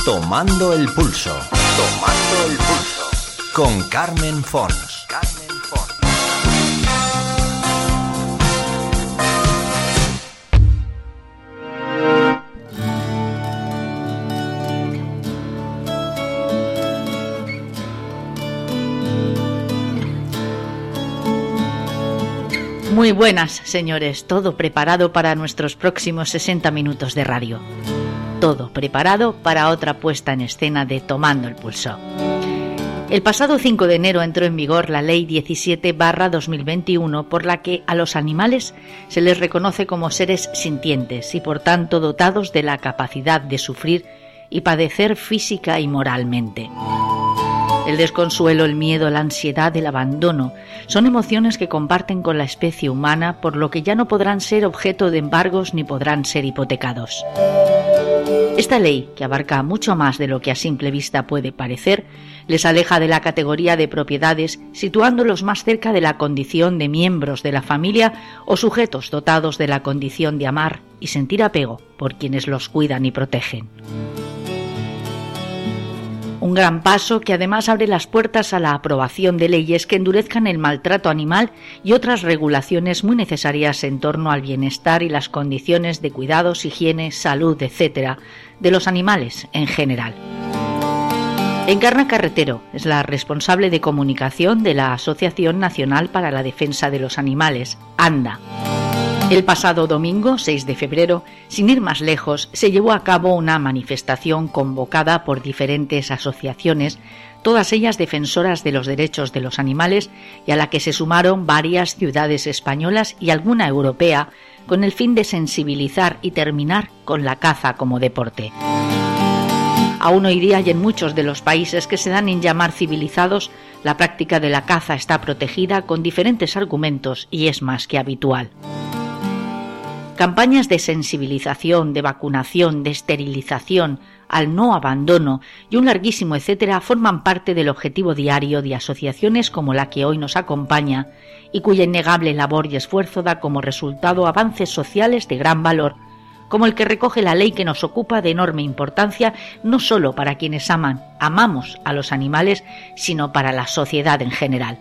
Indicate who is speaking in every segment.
Speaker 1: Tomando el pulso. Tomando el pulso. Con Carmen Fons.
Speaker 2: Muy buenas, señores. Todo preparado para nuestros próximos 60 minutos de radio. Todo preparado para otra puesta en escena de Tomando el Pulso. El pasado 5 de enero entró en vigor la Ley 17/2021, por la que a los animales se les reconoce como seres sintientes y por tanto dotados de la capacidad de sufrir y padecer física y moralmente. El desconsuelo, el miedo, la ansiedad, el abandono son emociones que comparten con la especie humana, por lo que ya no podrán ser objeto de embargos ni podrán ser hipotecados. Esta ley, que abarca mucho más de lo que a simple vista puede parecer, les aleja de la categoría de propiedades, situándolos más cerca de la condición de miembros de la familia o sujetos dotados de la condición de amar y sentir apego por quienes los cuidan y protegen. Un gran paso que además abre las puertas a la aprobación de leyes que endurezcan el maltrato animal y otras regulaciones muy necesarias en torno al bienestar y las condiciones de cuidados, higiene, salud, etc. de los animales en general. Encarna Carretero es la responsable de comunicación de la Asociación Nacional para la Defensa de los Animales, ANDA. El pasado domingo, 6 de febrero, sin ir más lejos, se llevó a cabo una manifestación convocada por diferentes asociaciones, todas ellas defensoras de los derechos de los animales, y a la que se sumaron varias ciudades españolas y alguna europea, con el fin de sensibilizar y terminar con la caza como deporte. Aún hoy día y en muchos de los países que se dan en llamar civilizados, la práctica de la caza está protegida con diferentes argumentos y es más que habitual. Campañas de sensibilización, de vacunación, de esterilización, al no abandono y un larguísimo etcétera forman parte del objetivo diario de asociaciones como la que hoy nos acompaña y cuya innegable labor y esfuerzo da como resultado avances sociales de gran valor, como el que recoge la ley que nos ocupa de enorme importancia no solo para quienes amamos a los animales, sino para la sociedad en general.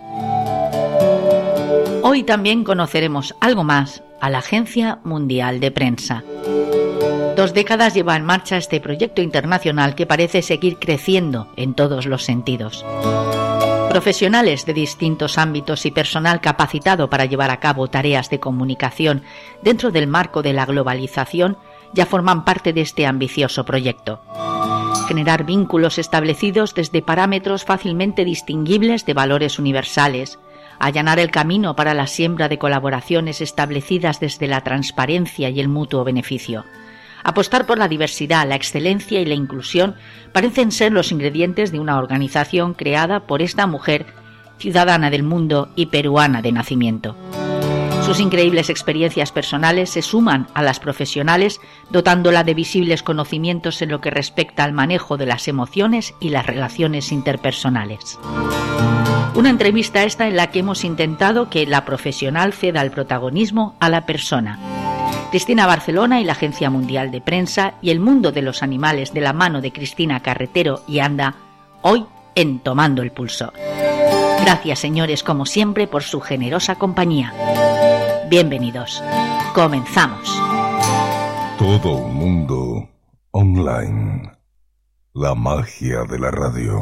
Speaker 2: Hoy también conoceremos algo más a la Agencia Mundial de Prensa. 2 décadas lleva en marcha este proyecto internacional que parece seguir creciendo en todos los sentidos. Profesionales de distintos ámbitos y personal capacitado para llevar a cabo tareas de comunicación dentro del marco de la globalización ya forman parte de este ambicioso proyecto. Generar vínculos establecidos desde parámetros fácilmente distinguibles de valores universales, allanar el camino para la siembra de colaboraciones establecidas desde la transparencia y el mutuo beneficio. Apostar por la diversidad, la excelencia y la inclusión parecen ser los ingredientes de una organización creada por esta mujer, ciudadana del mundo y peruana de nacimiento. Sus increíbles experiencias personales se suman a las profesionales, dotándola de visibles conocimientos en lo que respecta al manejo de las emociones y las relaciones interpersonales. Una entrevista esta en la que hemos intentado que la profesional ceda el protagonismo a la persona. Cristina Barcelona y la Agencia Mundial de Prensa y el mundo de los animales de la mano de Cristina Carretero y ANDA, hoy en Tomando el Pulso. Gracias, señores, como siempre, por su generosa compañía. Bienvenidos. Comenzamos.
Speaker 3: Todo un mundo online. La magia de la radio.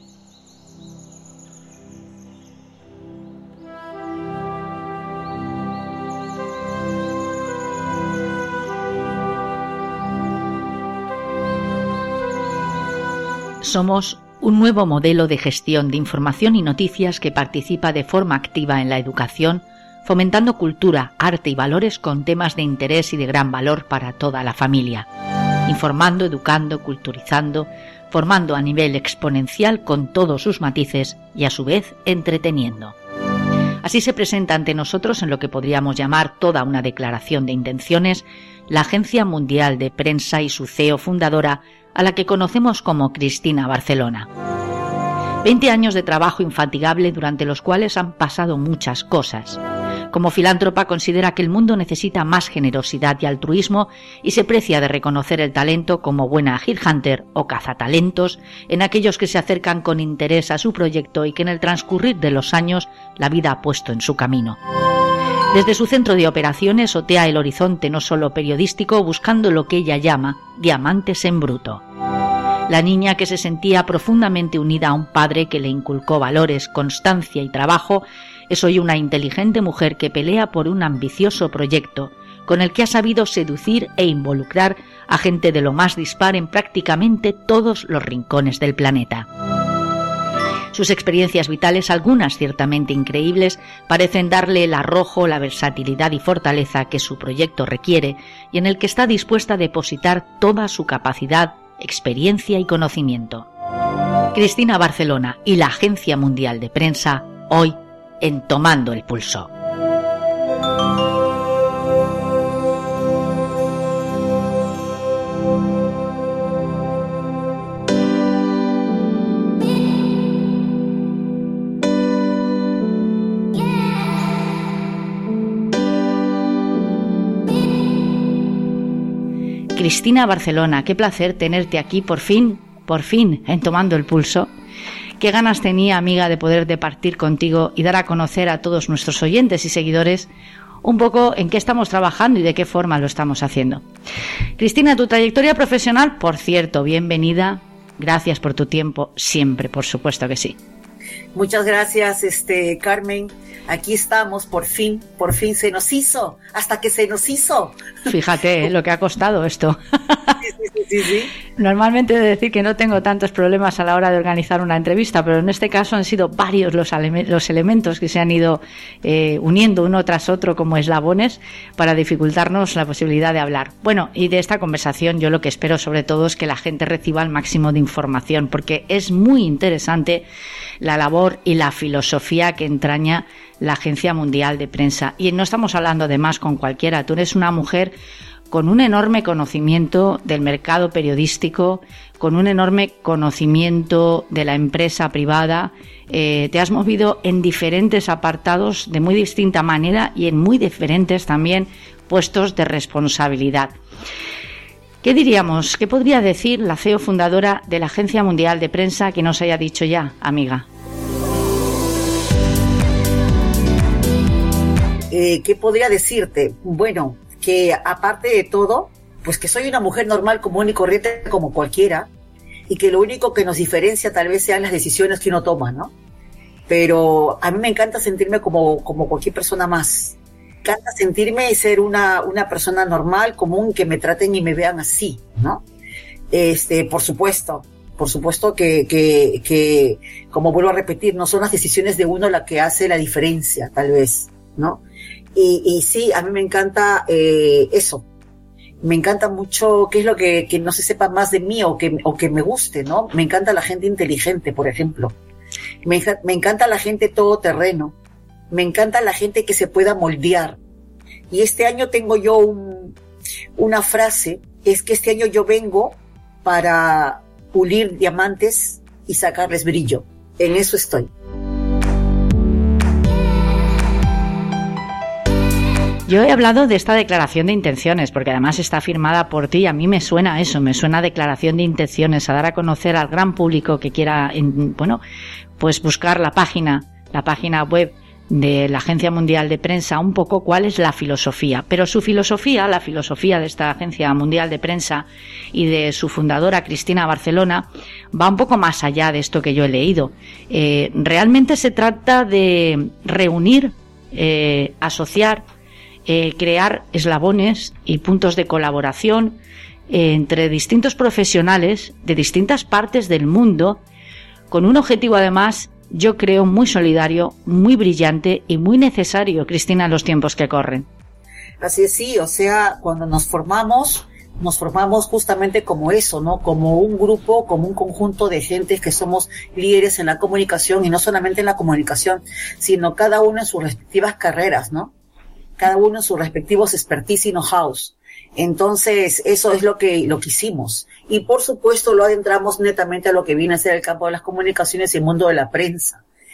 Speaker 2: Somos un nuevo modelo de gestión de información y noticias que participa de forma activa en la educación, fomentando cultura, arte y valores con temas de interés y de gran valor para toda la familia, informando, educando, culturizando, formando a nivel exponencial con todos sus matices y a su vez entreteniendo. Así se presenta ante nosotros en lo que podríamos llamar toda una declaración de intenciones la Agencia Mundial de Prensa y su CEO fundadora, a la que conocemos como Cristina Barcelona. 20 años de trabajo infatigable durante los cuales han pasado muchas cosas. Como filántropa considera que el mundo necesita más generosidad y altruismo y se precia de reconocer el talento como buena headhunter o cazatalentos en aquellos que se acercan con interés a su proyecto y que en el transcurrir de los años la vida ha puesto en su camino. Desde su centro de operaciones otea el horizonte no solo periodístico buscando lo que ella llama diamantes en bruto. La niña que se sentía profundamente unida a un padre que le inculcó valores, constancia y trabajo es hoy una inteligente mujer que pelea por un ambicioso proyecto con el que ha sabido seducir e involucrar a gente de lo más dispar en prácticamente todos los rincones del planeta. Sus experiencias vitales, algunas ciertamente increíbles, parecen darle el arrojo, la versatilidad y fortaleza que su proyecto requiere y en el que está dispuesta a depositar toda su capacidad, experiencia y conocimiento. Cristina Barcelona y la Agencia Mundial de Prensa, hoy en Tomando el Pulso. Cristina Barcelona, qué placer tenerte aquí por fin, en Tomando el Pulso. Qué ganas tenía, amiga, de poder departir contigo y dar a conocer a todos nuestros oyentes y seguidores un poco en qué estamos trabajando y de qué forma lo estamos haciendo. Cristina, tu trayectoria profesional, por cierto, bienvenida. Gracias por tu tiempo, siempre, por supuesto que sí.
Speaker 4: Muchas gracias, Carmen. Aquí estamos, por fin se nos hizo, hasta que se nos hizo.
Speaker 2: Fíjate lo que ha costado esto.
Speaker 4: Sí.
Speaker 2: Normalmente he de decir que no tengo tantos problemas a la hora de organizar una entrevista, pero en este caso han sido varios los elementos que se han ido uniendo uno tras otro como eslabones para dificultarnos la posibilidad de hablar. Bueno, y de esta conversación yo lo que espero sobre todo es que la gente reciba el máximo de información, porque es muy interesante la labor y la filosofía que entraña la Agencia Mundial de Prensa. Y no estamos hablando de más con cualquiera. Tú eres una mujer con un enorme conocimiento del mercado periodístico, con un enorme conocimiento de la empresa privada. Te has movido en diferentes apartados de muy distinta manera y en muy diferentes también puestos de responsabilidad. ¿Qué diríamos? ¿Qué podría decir la CEO fundadora de la Agencia Mundial de Prensa que nos haya dicho ya, amiga?
Speaker 4: ¿Qué podría decirte? Bueno, que aparte de todo, pues que soy una mujer normal, común y corriente como cualquiera, y que lo único que nos diferencia tal vez sean las decisiones que uno toma, ¿no? Pero a mí me encanta sentirme como cualquier persona más. Me encanta sentirme y ser una persona normal, común, que me traten y me vean así, ¿no? Por supuesto que, como vuelvo a repetir, no son las decisiones de uno la que hace la diferencia, tal vez, ¿no? Y sí, a mí me encanta eso. Me encanta mucho qué es lo que no se sepa más de mí o que me guste, ¿no? Me encanta la gente inteligente, por ejemplo. Me encanta la gente todoterreno. Me encanta la gente que se pueda moldear. Y este año tengo yo una frase, es que este año yo vengo para pulir diamantes y sacarles brillo. En eso estoy.
Speaker 2: Yo he hablado de esta declaración de intenciones, porque además está firmada por ti. A mí me suena eso, me suena declaración de intenciones, a dar a conocer al gran público que quiera, pues buscar la página web de la Agencia Mundial de Prensa, un poco cuál es la filosofía. Pero su filosofía, la filosofía de esta Agencia Mundial de Prensa y de su fundadora, Cristina Barcelona, va un poco más allá de esto que yo he leído. Realmente se trata de reunir, asociar, crear eslabones y puntos de colaboración entre distintos profesionales de distintas partes del mundo, con un objetivo además, yo creo, muy solidario, muy brillante y muy necesario, Cristina, en los tiempos que corren.
Speaker 4: Así es, sí, o sea, cuando nos formamos justamente como eso, ¿no? Como un grupo, como un conjunto de gentes que somos líderes en la comunicación, y no solamente en la comunicación, sino cada uno en sus respectivas carreras, ¿no? Cada uno en sus respectivos expertise y know-hows. Entonces, eso es lo que hicimos. Y por supuesto lo adentramos netamente a lo que viene a ser el campo de las comunicaciones y el mundo de la prensa.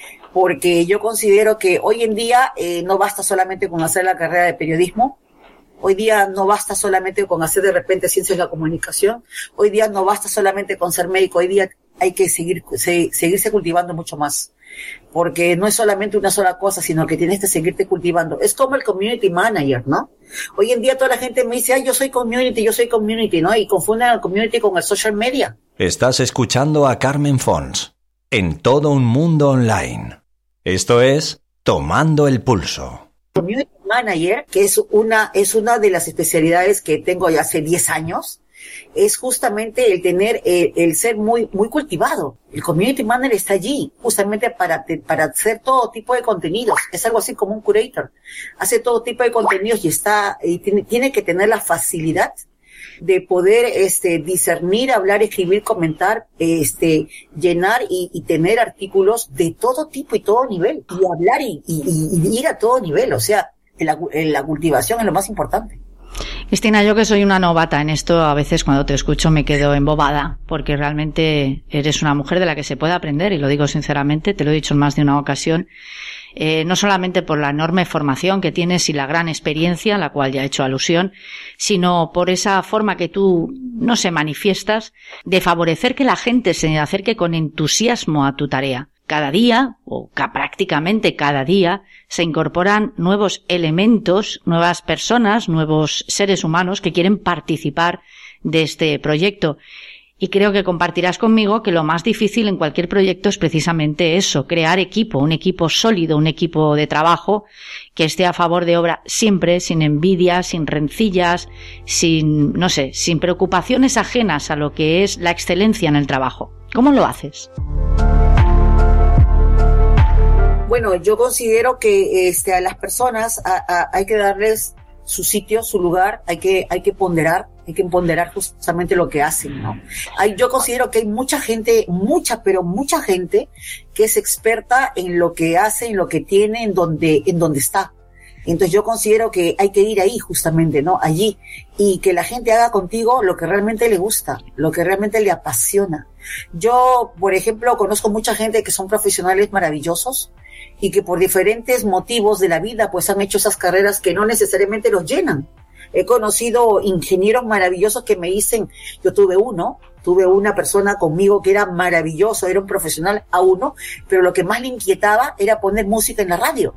Speaker 4: porque yo considero que hoy en día no basta solamente con hacer la carrera de periodismo. Hoy día no basta solamente con hacer de repente ciencias de la comunicación. Hoy día no basta solamente con ser médico. Hoy día hay que seguirse cultivando mucho más. Porque no es solamente una sola cosa, sino que tienes que seguirte cultivando. Es como el community manager, ¿no? Hoy en día toda la gente me dice, yo soy community, ¿no? Y confunden el community con el social media.
Speaker 1: Estás escuchando a Carmen Fons en Todo un Mundo Online. Esto es Tomando el Pulso.
Speaker 4: Community Manager, que es una de las especialidades que tengo ya hace 10 años, es justamente el tener, el ser muy cultivado. El Community Manager está allí justamente para hacer todo tipo de contenidos. Es algo así como un curator. Hace todo tipo de contenidos y tiene que tener la facilidad de poder discernir, hablar, escribir, comentar, llenar y tener artículos de todo tipo y todo nivel, y hablar y ir a todo nivel. O sea, la cultivación es lo más importante.
Speaker 2: Cristina, yo que soy una novata en esto, a veces cuando te escucho me quedo embobada, porque realmente eres una mujer de la que se puede aprender, y lo digo sinceramente, te lo he dicho en más de una ocasión, no solamente por la enorme formación que tienes y la gran experiencia, a la cual ya he hecho alusión, sino por esa forma que tú, no sé, manifiestas de favorecer que la gente se acerque con entusiasmo a tu tarea. Cada día, o prácticamente cada día, se incorporan nuevos elementos, nuevas personas, nuevos seres humanos que quieren participar de este proyecto. Y creo que compartirás conmigo que lo más difícil en cualquier proyecto es precisamente eso, crear equipo, un equipo sólido, un equipo de trabajo que esté a favor de obra siempre, sin envidias, sin rencillas, sin preocupaciones ajenas a lo que es la excelencia en el trabajo. ¿Cómo lo haces?
Speaker 4: Bueno, yo considero que a las personas hay que darles su sitio, su lugar, hay que ponderar justamente lo que hacen, ¿no? Yo considero que hay mucha gente que es experta en lo que hace, en lo que tiene, en donde está. Entonces yo considero que hay que ir ahí justamente, ¿no? Allí. Y que la gente haga contigo lo que realmente le gusta, lo que realmente le apasiona. Yo, por ejemplo, conozco mucha gente que son profesionales maravillosos y que por diferentes motivos de la vida pues han hecho esas carreras que no necesariamente los llenan. He conocido ingenieros maravillosos que me dicen, yo tuve una persona conmigo que era maravilloso, era un profesional A1, pero lo que más le inquietaba era poner música en la radio.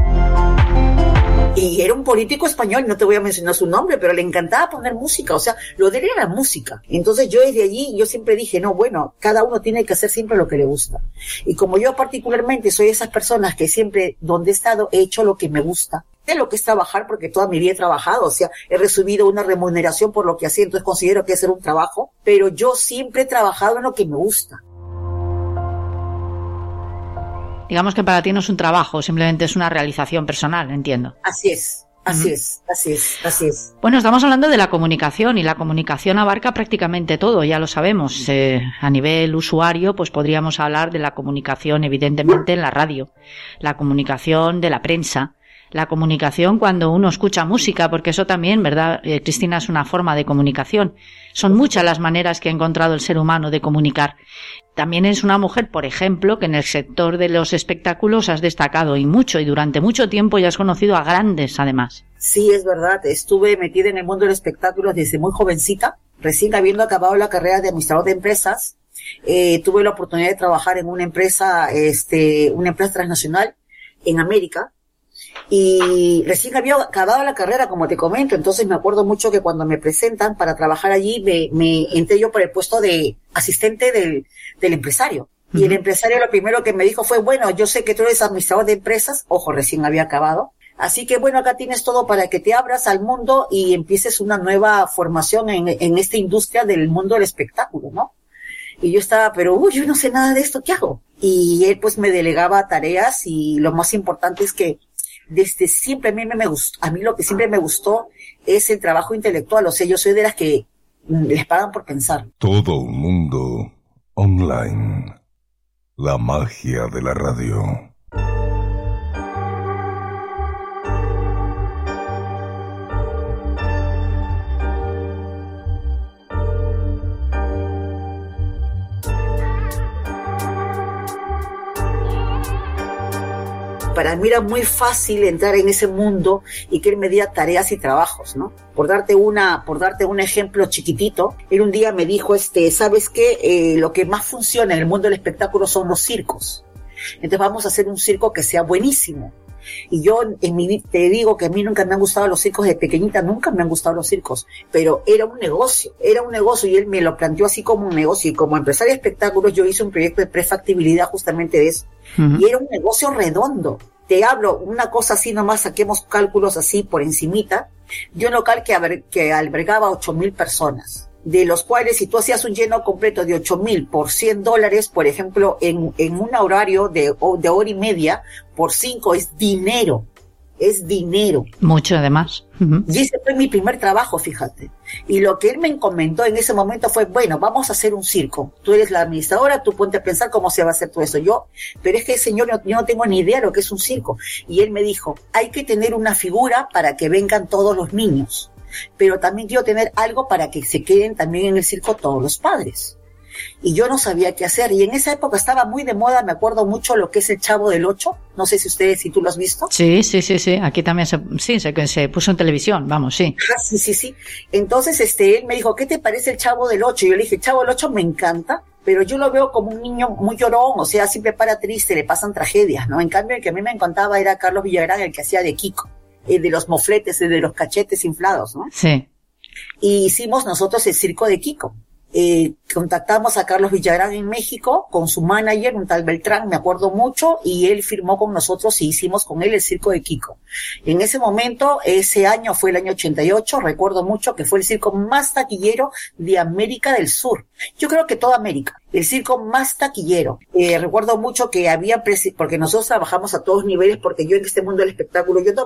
Speaker 4: Y era un político español, no te voy a mencionar su nombre, pero le encantaba poner música, o sea, lo de él era la música. Entonces yo desde allí, yo siempre dije, no, bueno, cada uno tiene que hacer siempre lo que le gusta. Y como yo particularmente soy esas personas que siempre, donde he estado, he hecho lo que me gusta, de lo que es trabajar, porque toda mi vida he trabajado, o sea, he recibido una remuneración por lo que hacía, entonces considero que es un trabajo, pero yo siempre he trabajado en lo que me gusta.
Speaker 2: Digamos que para ti no es un trabajo, simplemente es una realización personal, entiendo.
Speaker 4: Así es. Así es.
Speaker 2: Bueno, estamos hablando de la comunicación, y la comunicación abarca prácticamente todo, ya lo sabemos. A nivel usuario, pues podríamos hablar de la comunicación, evidentemente, en la radio, la comunicación de la prensa, la comunicación cuando uno escucha música, porque eso también, ¿verdad, Cristina? Es una forma de comunicación. Son muchas las maneras que ha encontrado el ser humano de comunicar. También es una mujer, por ejemplo, que en el sector de los espectáculos has destacado y mucho, y durante mucho tiempo ya has conocido a grandes, además.
Speaker 4: Sí, es verdad. Estuve metida en el mundo del espectáculo desde muy jovencita, recién habiendo acabado la carrera de administrador de empresas. Tuve la oportunidad de trabajar en una empresa transnacional en América. Y recién había acabado la carrera, como te comento, entonces me acuerdo mucho que cuando me presentan para trabajar allí, me entré yo por el puesto de asistente del empresario. Y el empresario lo primero que me dijo fue, bueno, yo sé que tú eres administrador de empresas, ojo, recién había acabado, así que bueno, acá tienes todo para que te abras al mundo y empieces una nueva formación en esta industria del mundo del espectáculo, ¿no? Y yo estaba, pero yo no sé nada de esto, ¿qué hago? Y él pues me delegaba tareas, y lo más importante es que desde siempre a mí lo que siempre me gustó es el trabajo intelectual, o sea, yo soy de las que les pagan por pensar.
Speaker 3: Todo un mundo online. La magia de la radio.
Speaker 4: para mí era muy fácil entrar en ese mundo y que él me diera tareas y trabajos, ¿no? Por darte un ejemplo chiquitito, él un día me dijo, ¿sabes qué? Lo que más funciona en el mundo del espectáculo son los circos. Entonces vamos a hacer un circo que sea buenísimo. Y yo te digo que a mí nunca me han gustado los circos, de pequeñita nunca me han gustado los circos, pero era un negocio y él me lo planteó así como un negocio, y como empresaria de espectáculos yo hice un proyecto de prefactibilidad justamente de eso, y era un negocio redondo. Te hablo una cosa así nomás, saquemos cálculos así por encimita, de un local que albergaba 8,000 personas. De los cuales si tú hacías un lleno completo de 8,000 por $100, por ejemplo, en un horario de hora y media, por 5 es dinero.
Speaker 2: Mucho además.
Speaker 4: Y ese fue mi primer trabajo, fíjate. Y lo que él me comentó en ese momento fue, bueno, vamos a hacer un circo. Tú eres la administradora, tú ponte a pensar cómo se va a hacer todo eso. Pero es que, señor, yo no tengo ni idea de lo que es un circo. Y él me dijo, hay que tener una figura para que vengan todos los niños. Pero también quiero tener algo para que se queden también en el circo todos los padres. Y yo no sabía qué hacer. Y en esa época estaba muy de moda, me acuerdo mucho lo que es el Chavo del Ocho. No sé si tú lo has visto.
Speaker 2: Sí. Aquí también se puso en televisión, vamos, sí.
Speaker 4: Sí. Entonces, él me dijo, ¿qué te parece el Chavo del Ocho? Y yo le dije, el Chavo del Ocho me encanta, pero yo lo veo como un niño muy llorón, o sea, siempre para triste, le pasan tragedias, ¿no? En cambio, el que a mí me encantaba era Carlos Villagrán, el que hacía de Kiko. De los mofletes, de los cachetes inflados, ¿no?
Speaker 2: Sí.
Speaker 4: Y hicimos nosotros el circo de Kiko. Contactamos a Carlos Villagrán en México con su manager, un tal Beltrán, me acuerdo mucho, y él firmó con nosotros y hicimos con él el circo de Kiko. En ese momento, ese año fue el año 88, recuerdo mucho que fue el circo más taquillero de América del Sur. Yo creo que toda América. El circo más taquillero. Recuerdo mucho que había, porque nosotros trabajamos a todos niveles, porque yo en este mundo del espectáculo, yo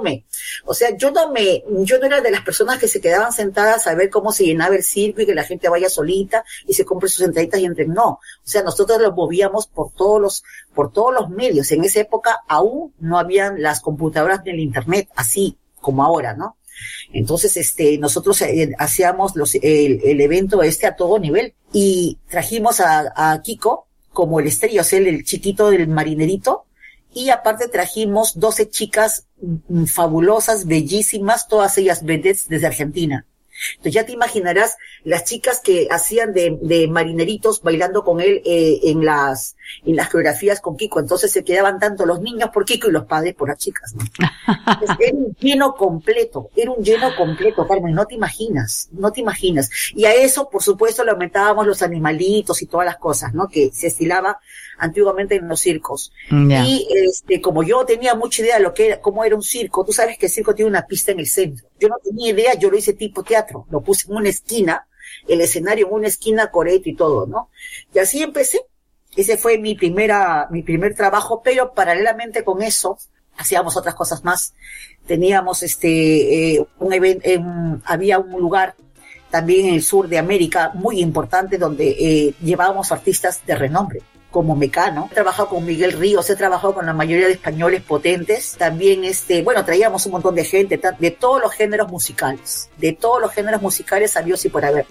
Speaker 4: no era de las personas que se quedaban sentadas a ver cómo se llenaba el circo y que la gente vaya solita y se compre sus entraditas y entre. No. O sea, nosotros los movíamos por todos los medios. En esa época aún no habían las computadoras ni el internet, así como ahora, ¿no? Entonces, nosotros hacíamos el evento a todo nivel y trajimos a Kiko como el estrella, o sea, el chiquito del marinerito, y aparte trajimos 12 chicas fabulosas, bellísimas, todas ellas vedettes desde Argentina. Entonces ya te imaginarás las chicas que hacían de marineritos bailando con él en las coreografías con Kiko. Entonces se quedaban tanto los niños por Kiko y los padres por las chicas, ¿no? Entonces, era un lleno completo, Carmen, no te imaginas. Y a eso, por supuesto, le aumentábamos los animalitos y todas las cosas, ¿no? Que se estilaba antiguamente en los circos. Yeah. Y como yo tenía mucha idea de cómo era un circo, tú sabes que el circo tiene una pista en el centro. Yo no tenía idea, yo lo hice tipo teatro, lo puse en una esquina, el escenario en una esquina, coreto y todo, ¿no? Y así empecé. Ese fue mi primer trabajo, pero paralelamente con eso hacíamos otras cosas más. Teníamos un evento, había un lugar también en el sur de América muy importante donde llevábamos artistas de renombre, como Mecano. He trabajado con Miguel Ríos, he trabajado con la mayoría de españoles potentes. También, traíamos un montón de gente, de todos los géneros musicales. De todos los géneros musicales habidos y por haber.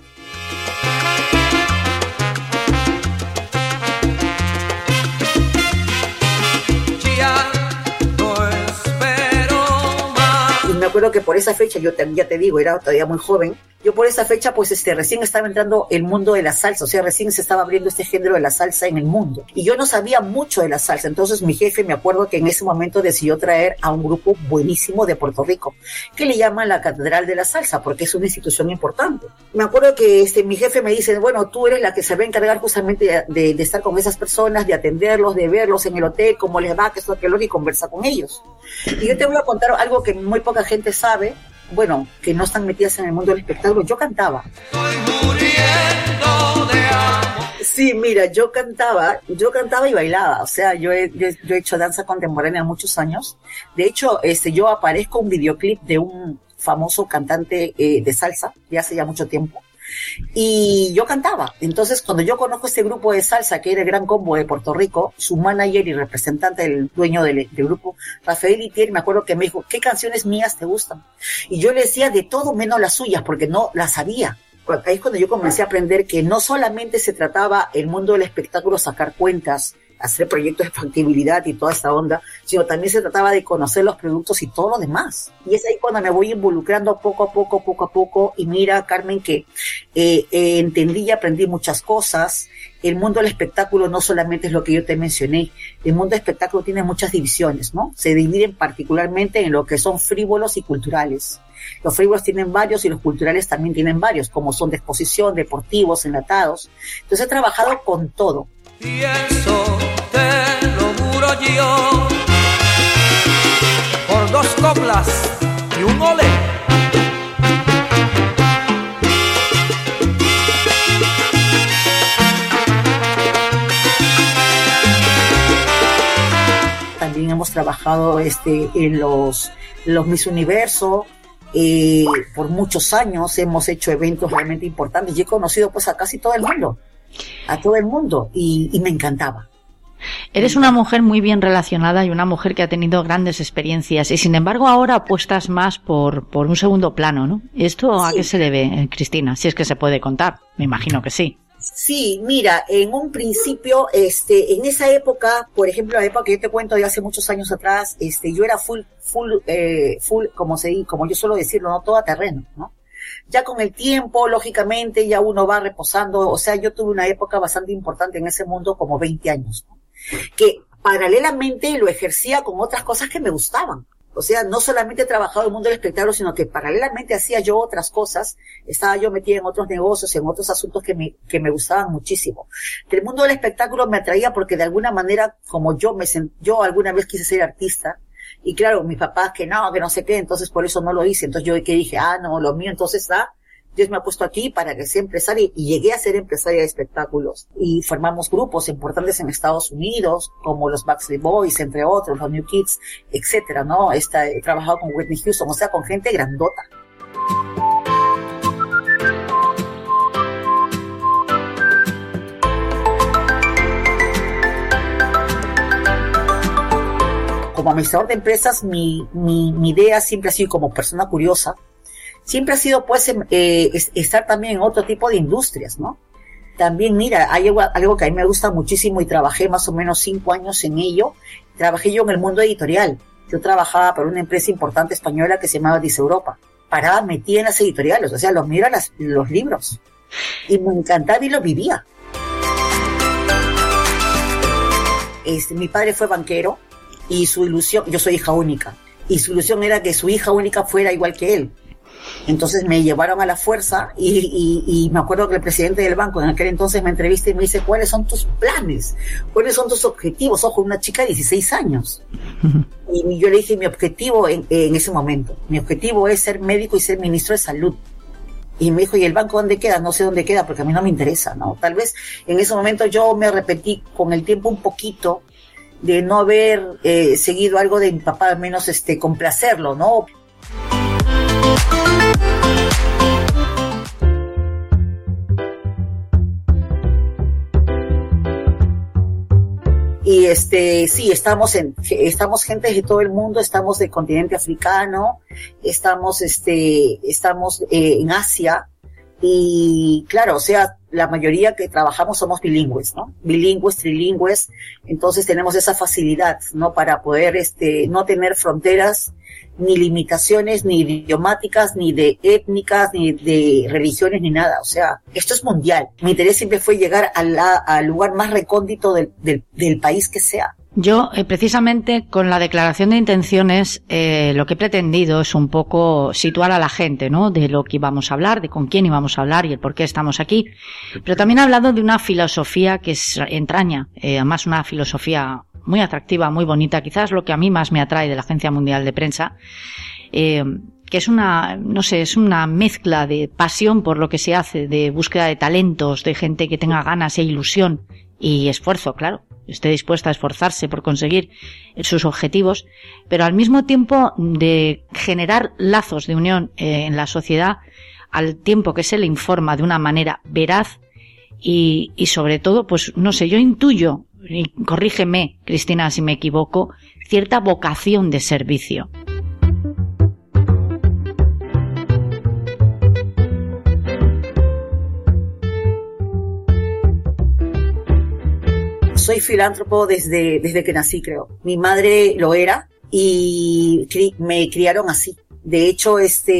Speaker 4: Y me acuerdo que por esa fecha, yo ya te digo, era todavía muy joven. Yo por esa fecha, recién estaba entrando el mundo de la salsa, o sea, recién se estaba abriendo este género de la salsa en el mundo. Y yo no sabía mucho de la salsa, entonces mi jefe, me acuerdo que en ese momento decidió traer a un grupo buenísimo de Puerto Rico, que le llaman la Catedral de la Salsa, porque es una institución importante. Me acuerdo que mi jefe me dice, bueno, tú eres la que se va a encargar justamente de estar con esas personas, de atenderlos, de verlos en el hotel, cómo les va, qué es lo que y conversar con ellos. Y yo te voy a contar algo que muy poca gente sabe, que no están metidas en el mundo del espectáculo. Yo cantaba. Estoy muriendo de amor. Sí, mira, yo cantaba y bailaba. O sea, yo he hecho danza contemporánea muchos años. De hecho, yo aparezco en un videoclip de un famoso cantante de salsa, ya hace ya mucho tiempo. Y yo cantaba. Entonces, cuando yo conozco este grupo de salsa, que era el Gran Combo de Puerto Rico, su manager y representante, el dueño del grupo, Rafael Itier, me acuerdo que me dijo, ¿qué canciones mías te gustan? Y yo le decía de todo menos las suyas, porque no las sabía. Ahí es cuando yo comencé a aprender que no solamente se trataba el mundo del espectáculo sacar cuentas hacer proyectos de factibilidad y toda esta onda, sino también se trataba de conocer los productos y todo lo demás. Y es ahí cuando me voy involucrando poco a poco, y mira, Carmen, que entendí y aprendí muchas cosas. El mundo del espectáculo no solamente es lo que yo te mencioné, el mundo del espectáculo tiene muchas divisiones, ¿no? Se dividen particularmente en lo que son frívolos y culturales. Los frívolos tienen varios y los culturales también tienen varios, como son de exposición, deportivos, enlatados. Entonces he trabajado con todo.
Speaker 5: Y eso te lo juro yo, por 2 coplas y un ole.
Speaker 4: También hemos trabajado en los Miss Universo. Por muchos años hemos hecho eventos realmente importantes y he conocido pues a casi todo el mundo, y me encantaba.
Speaker 2: Eres una mujer muy bien relacionada y una mujer que ha tenido grandes experiencias y sin embargo ahora apuestas más por un segundo plano, ¿no? ¿Esto a qué se debe, Cristina? Si es que se puede contar, me imagino que sí.
Speaker 4: Sí, mira, en un principio, en esa época, por ejemplo, la época que yo te cuento de hace muchos años atrás, yo era full, como yo suelo decirlo, no todo a terreno, ¿no? Ya con el tiempo, lógicamente, ya uno va reposando, o sea, yo tuve una época bastante importante en ese mundo, como 20 años, ¿no? Que paralelamente lo ejercía con otras cosas que me gustaban. O sea, no solamente he trabajado en el mundo del espectáculo, sino que paralelamente hacía yo otras cosas. Estaba yo metida en otros negocios, en otros asuntos que me gustaban muchísimo. El mundo del espectáculo me atraía porque de alguna manera, como yo alguna vez quise ser artista, y claro, mis papás que no sé qué, entonces por eso no lo hice. Entonces yo que dije, no, lo mío entonces Dios me ha puesto aquí para que sea empresaria, y llegué a ser empresaria de espectáculos. Y formamos grupos importantes en Estados Unidos, como los Backstreet Boys, entre otros, los New Kids, etcétera, ¿no? He trabajado con Whitney Houston, o sea, con gente grandota. Como administrador de empresas, mi idea siempre ha sido, como persona curiosa, siempre ha sido pues estar también en otro tipo de industrias, ¿no? También, mira, hay algo que a mí me gusta muchísimo y trabajé más o menos 5 años en ello. Trabajé yo en el mundo editorial. Yo trabajaba para una empresa importante española que se llamaba Dice Europa. Paraba metida en las editoriales, o sea, los libros. Y me encantaba y lo vivía. Mi padre fue banquero y su ilusión, yo soy hija única, y su ilusión era que su hija única fuera igual que él. Entonces me llevaron a la fuerza y me acuerdo que el presidente del banco en aquel entonces me entrevista y me dice, ¿cuáles son tus planes? ¿Cuáles son tus objetivos? Ojo, una chica de 16 años. Y yo le dije, mi objetivo en ese momento, mi objetivo es ser médico y ser ministro de salud. Y me dijo, ¿y el banco dónde queda? No sé dónde queda porque a mí no me interesa, ¿no? Tal vez en ese momento yo me arrepentí con el tiempo un poquito de no haber seguido algo de mi papá, al menos complacerlo, ¿no? Y sí, estamos gente de todo el mundo, estamos del continente africano, estamos en Asia, y claro, o sea, la mayoría que trabajamos somos bilingües, ¿no? Bilingües, trilingües, entonces tenemos esa facilidad, ¿no? Para poder no tener fronteras, ni limitaciones, ni idiomáticas, ni de étnicas, ni de religiones, ni nada. O sea, esto es mundial. Mi interés siempre fue llegar al lugar más recóndito del país que sea.
Speaker 2: Yo, precisamente con la declaración de intenciones, lo que he pretendido es un poco situar a la gente, ¿no? De lo que íbamos a hablar, de con quién íbamos a hablar y el por qué estamos aquí. Pero también he hablado de una filosofía que entraña, además una filosofía muy atractiva, muy bonita, quizás lo que a mí más me atrae de la Agencia Mundial de Prensa, que es es una mezcla de pasión por lo que se hace, de búsqueda de talentos, de gente que tenga ganas e ilusión y esfuerzo, claro, esté dispuesta a esforzarse por conseguir sus objetivos, pero al mismo tiempo de generar lazos de unión en la sociedad al tiempo que se le informa de una manera veraz y sobre todo, pues no sé, yo intuyo, y corrígeme, Cristina, si me equivoco, cierta vocación de servicio.
Speaker 4: soy filántropo desde que nací, creo. Mi madre lo era y me criaron así. De hecho,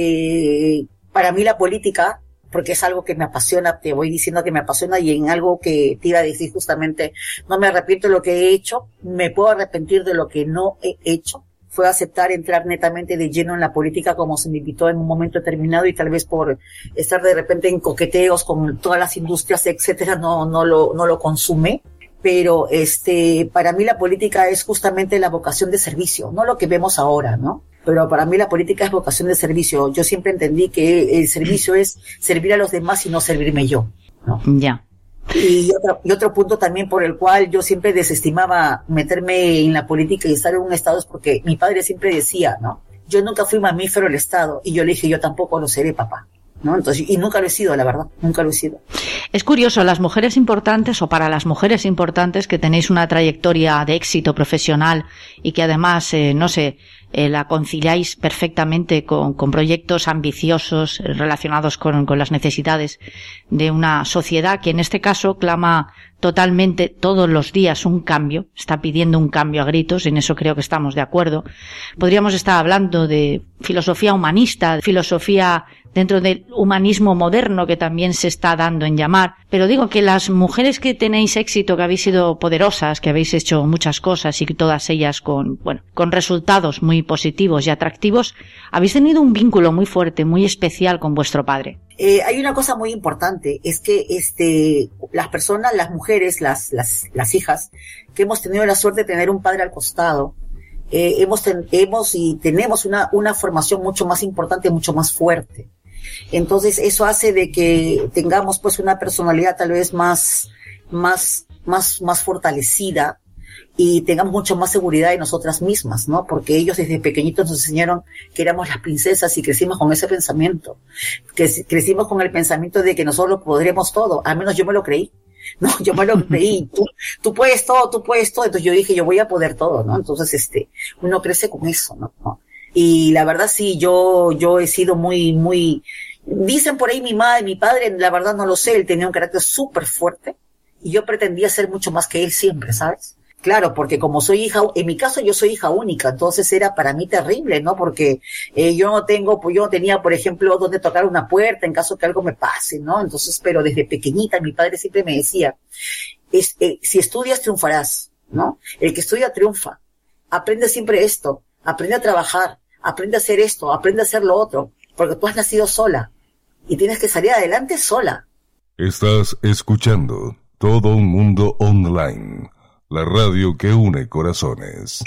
Speaker 4: para mí la política, porque es algo que me apasiona, te voy diciendo que me apasiona, y en algo que te iba a decir justamente, no me arrepiento de lo que he hecho, me puedo arrepentir de lo que no he hecho. Fue aceptar entrar netamente de lleno en la política como se me invitó en un momento determinado, y tal vez por estar de repente en coqueteos con todas las industrias, etcétera, no lo consumé. Pero para mí la política es justamente la vocación de servicio, no lo que vemos ahora, ¿no? Pero para mí la política es vocación de servicio. Yo siempre entendí que el servicio es servir a los demás y no servirme yo, ¿no?
Speaker 2: Ya.
Speaker 4: Y otro punto también por el cual yo siempre desestimaba meterme en la política y estar en un Estado es porque mi padre siempre decía, ¿no? Yo nunca fui mamífero del Estado, y yo le dije, yo tampoco lo seré, papá, ¿no? Entonces, y nunca lo he sido, la verdad, nunca lo he sido.
Speaker 2: Es curioso, las mujeres importantes, o para las mujeres importantes que tenéis una trayectoria de éxito profesional y que además, la conciliáis perfectamente con proyectos ambiciosos relacionados con las necesidades de una sociedad que en este caso clama totalmente todos los días un cambio, está pidiendo un cambio a gritos, en eso creo que estamos de acuerdo. Podríamos estar hablando de filosofía humanista, filosofía dentro del humanismo moderno que también se está dando en llamar, pero digo que las mujeres que tenéis éxito, que habéis sido poderosas, que habéis hecho muchas cosas y que todas ellas con resultados muy positivos y atractivos, habéis tenido un vínculo muy fuerte, muy especial con vuestro padre.
Speaker 4: Hay una cosa muy importante, es que las personas, las mujeres, las hijas, que hemos tenido la suerte de tener un padre al costado, tenemos una formación mucho más importante, mucho más fuerte. Entonces eso hace de que tengamos pues una personalidad tal vez más fortalecida, y tengamos mucho más seguridad en nosotras mismas, ¿no? Porque ellos desde pequeñitos nos enseñaron que éramos las princesas y crecimos con ese pensamiento, crecimos con el pensamiento de que nosotros podremos todo, al menos yo me lo creí. No, yo me lo creí, tú puedes todo, entonces yo dije, yo voy a poder todo, ¿no? Entonces, uno crece con eso, ¿no? Y la verdad sí, yo he sido muy, dicen por ahí mi madre, mi padre, la verdad no lo sé, él tenía un carácter súper fuerte, y yo pretendía ser mucho más que él siempre, ¿sabes? Claro, porque como soy hija, en mi caso yo soy hija única, entonces era para mí terrible, ¿no? Porque yo no tenía, por ejemplo, donde tocar una puerta en caso que algo me pase, ¿no? Entonces, pero desde pequeñita mi padre siempre me decía, si estudias triunfarás, ¿no? El que estudia triunfa. Aprende siempre esto, aprende a trabajar, aprende a hacer esto, aprende a hacer lo otro, porque tú has nacido sola y tienes que salir adelante sola.
Speaker 3: Estás escuchando Todo un Mundo Online, la radio que une corazones.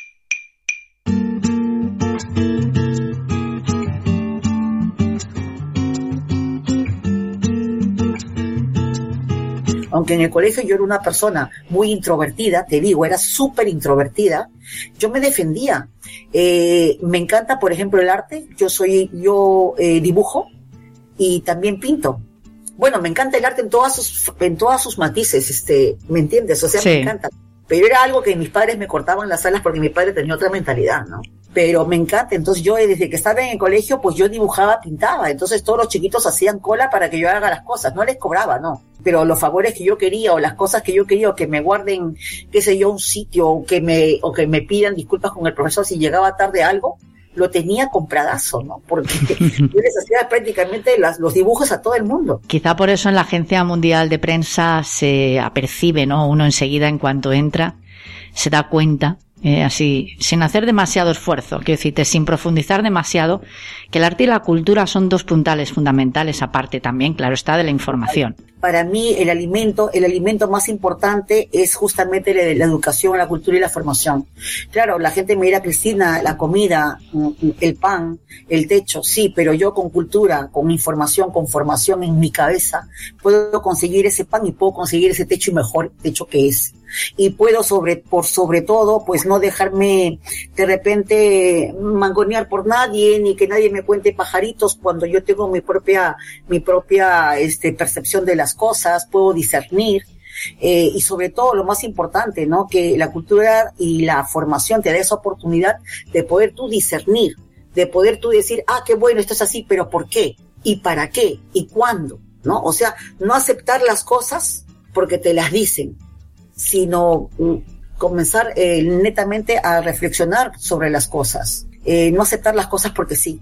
Speaker 4: Aunque en el colegio yo era una persona muy introvertida, te digo, era súper introvertida, yo me defendía. Me encanta, por ejemplo, el arte. Yo dibujo y también pinto. Bueno, me encanta el arte en todas sus matices, ¿me entiendes? O sea, sí. Me encanta. Pero era algo que mis padres me cortaban las alas porque mi padre tenía otra mentalidad, ¿no? Pero me encanta. Entonces yo, desde que estaba en el colegio, pues yo dibujaba, pintaba. Entonces todos los chiquitos hacían cola para que yo haga las cosas. No les cobraba, no. Pero los favores que yo quería, o las cosas que yo quería, o que me guarden, qué sé yo, un sitio, o que me pidan disculpas con el profesor si llegaba tarde algo, lo tenía compradazo, ¿no? Porque yo les hacía prácticamente los dibujos a todo el mundo.
Speaker 2: Quizá por eso en la Agencia Mundial de Prensa se apercibe, ¿no? Uno enseguida, en cuanto entra, se da cuenta, así, sin hacer demasiado esfuerzo, quiero decirte, sin profundizar demasiado, que el arte y la cultura son dos puntales fundamentales, aparte también, claro está, de la información.
Speaker 4: Para mí el alimento más importante es justamente la educación, la cultura y la formación. Claro, la gente me dirá, Cristina, la comida, el pan, el techo, sí, pero yo con cultura, con información, con formación en mi cabeza, puedo conseguir ese pan y puedo conseguir ese techo y mejor techo que ese. Y puedo sobre todo, pues no dejarme de repente mangonear por nadie, ni que nadie me cuente pajaritos cuando yo tengo mi propia percepción de las cosas, puedo discernir, y sobre todo lo más importante, ¿no? Que la cultura y la formación te da esa oportunidad de poder tú discernir, de poder tú decir, qué bueno, esto es así, pero ¿por qué? ¿Y para qué? ¿Y cuándo? ¿No? O sea, no aceptar las cosas porque te las dicen, sino comenzar netamente a reflexionar sobre las cosas, no aceptar las cosas porque sí.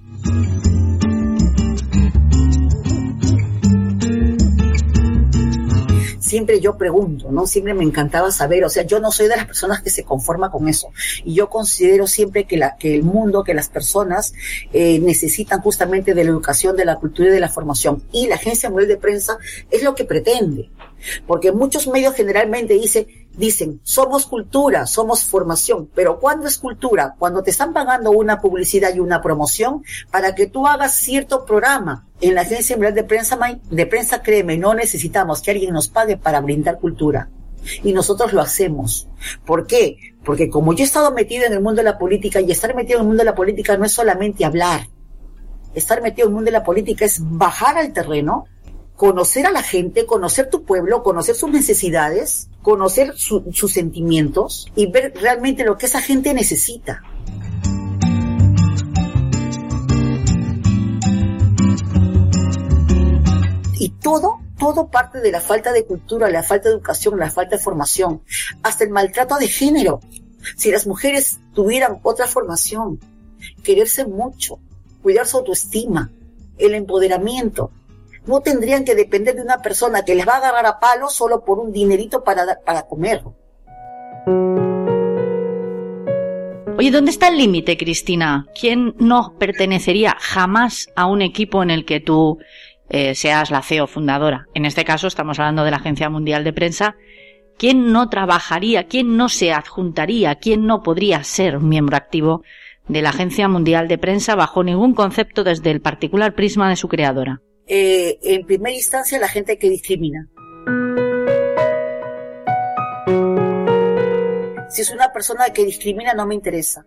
Speaker 4: Siempre yo pregunto, ¿no? Siempre me encantaba saber, o sea, yo no soy de las personas que se conforma con eso. Y yo considero siempre que el mundo, que las personas necesitan justamente de la educación, de la cultura y de la formación. Y la Agencia Mundial de Prensa es lo que pretende. Porque muchos medios generalmente dicen, somos cultura, somos formación. Pero ¿cuándo es cultura? Cuando te están pagando una publicidad y una promoción para que tú hagas cierto programa. En la Agencia Mundial de Prensa, créeme, no necesitamos que alguien nos pague para brindar cultura. Y nosotros lo hacemos. ¿Por qué? Porque como yo he estado metido en el mundo de la política, y estar metido en el mundo de la política no es solamente hablar. Estar metido en el mundo de la política es bajar al terreno, conocer a la gente, conocer tu pueblo, conocer sus necesidades, conocer sus sentimientos y ver realmente lo que esa gente necesita. Y todo parte de la falta de cultura, la falta de educación, la falta de formación, hasta el maltrato de género. Si las mujeres tuvieran otra formación, quererse mucho, cuidar su autoestima, el empoderamiento, no tendrían que depender de una persona que les va a agarrar a palos solo por un dinerito para comer.
Speaker 2: Oye, ¿dónde está el límite, Cristina? ¿Quién no pertenecería jamás a un equipo en el que tú seas la CEO fundadora? En este caso estamos hablando de la Agencia Mundial de Prensa. ¿Quién no trabajaría, quién no se adjuntaría, quién no podría ser un miembro activo de la Agencia Mundial de Prensa bajo ningún concepto desde el particular prisma de su creadora?
Speaker 4: En primera instancia, la gente que discrimina. Si es una persona que discrimina, no me interesa.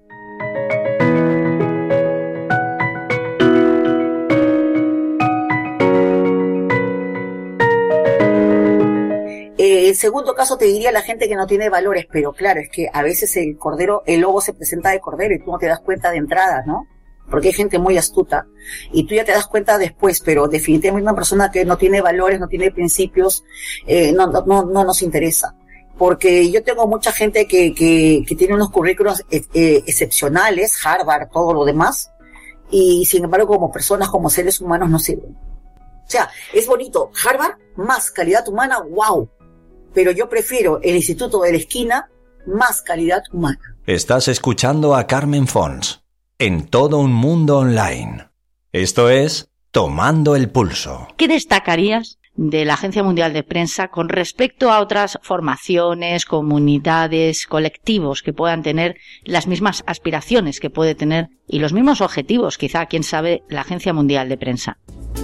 Speaker 4: En segundo caso te diría la gente que no tiene valores, pero claro, es que a veces el lobo se presenta de cordero y tú no te das cuenta de entrada, ¿no? Porque hay gente muy astuta y tú ya te das cuenta después, pero definitivamente una persona que no tiene valores, no tiene principios, no nos interesa. Porque yo tengo mucha gente que tiene unos currículos excepcionales, Harvard, todo lo demás, y sin embargo como personas, como seres humanos no sirven. O sea, es bonito, Harvard más calidad humana, wow, pero yo prefiero el Instituto de la Esquina más calidad humana.
Speaker 1: Estás escuchando a Carmen Fons en Todo un Mundo Online. Esto es Tomando el Pulso.
Speaker 2: ¿Qué destacarías de la Agencia Mundial de Prensa con respecto a otras formaciones, comunidades, colectivos que puedan tener las mismas aspiraciones que puede tener y los mismos objetivos, quizá, quién sabe, la Agencia Mundial de Prensa?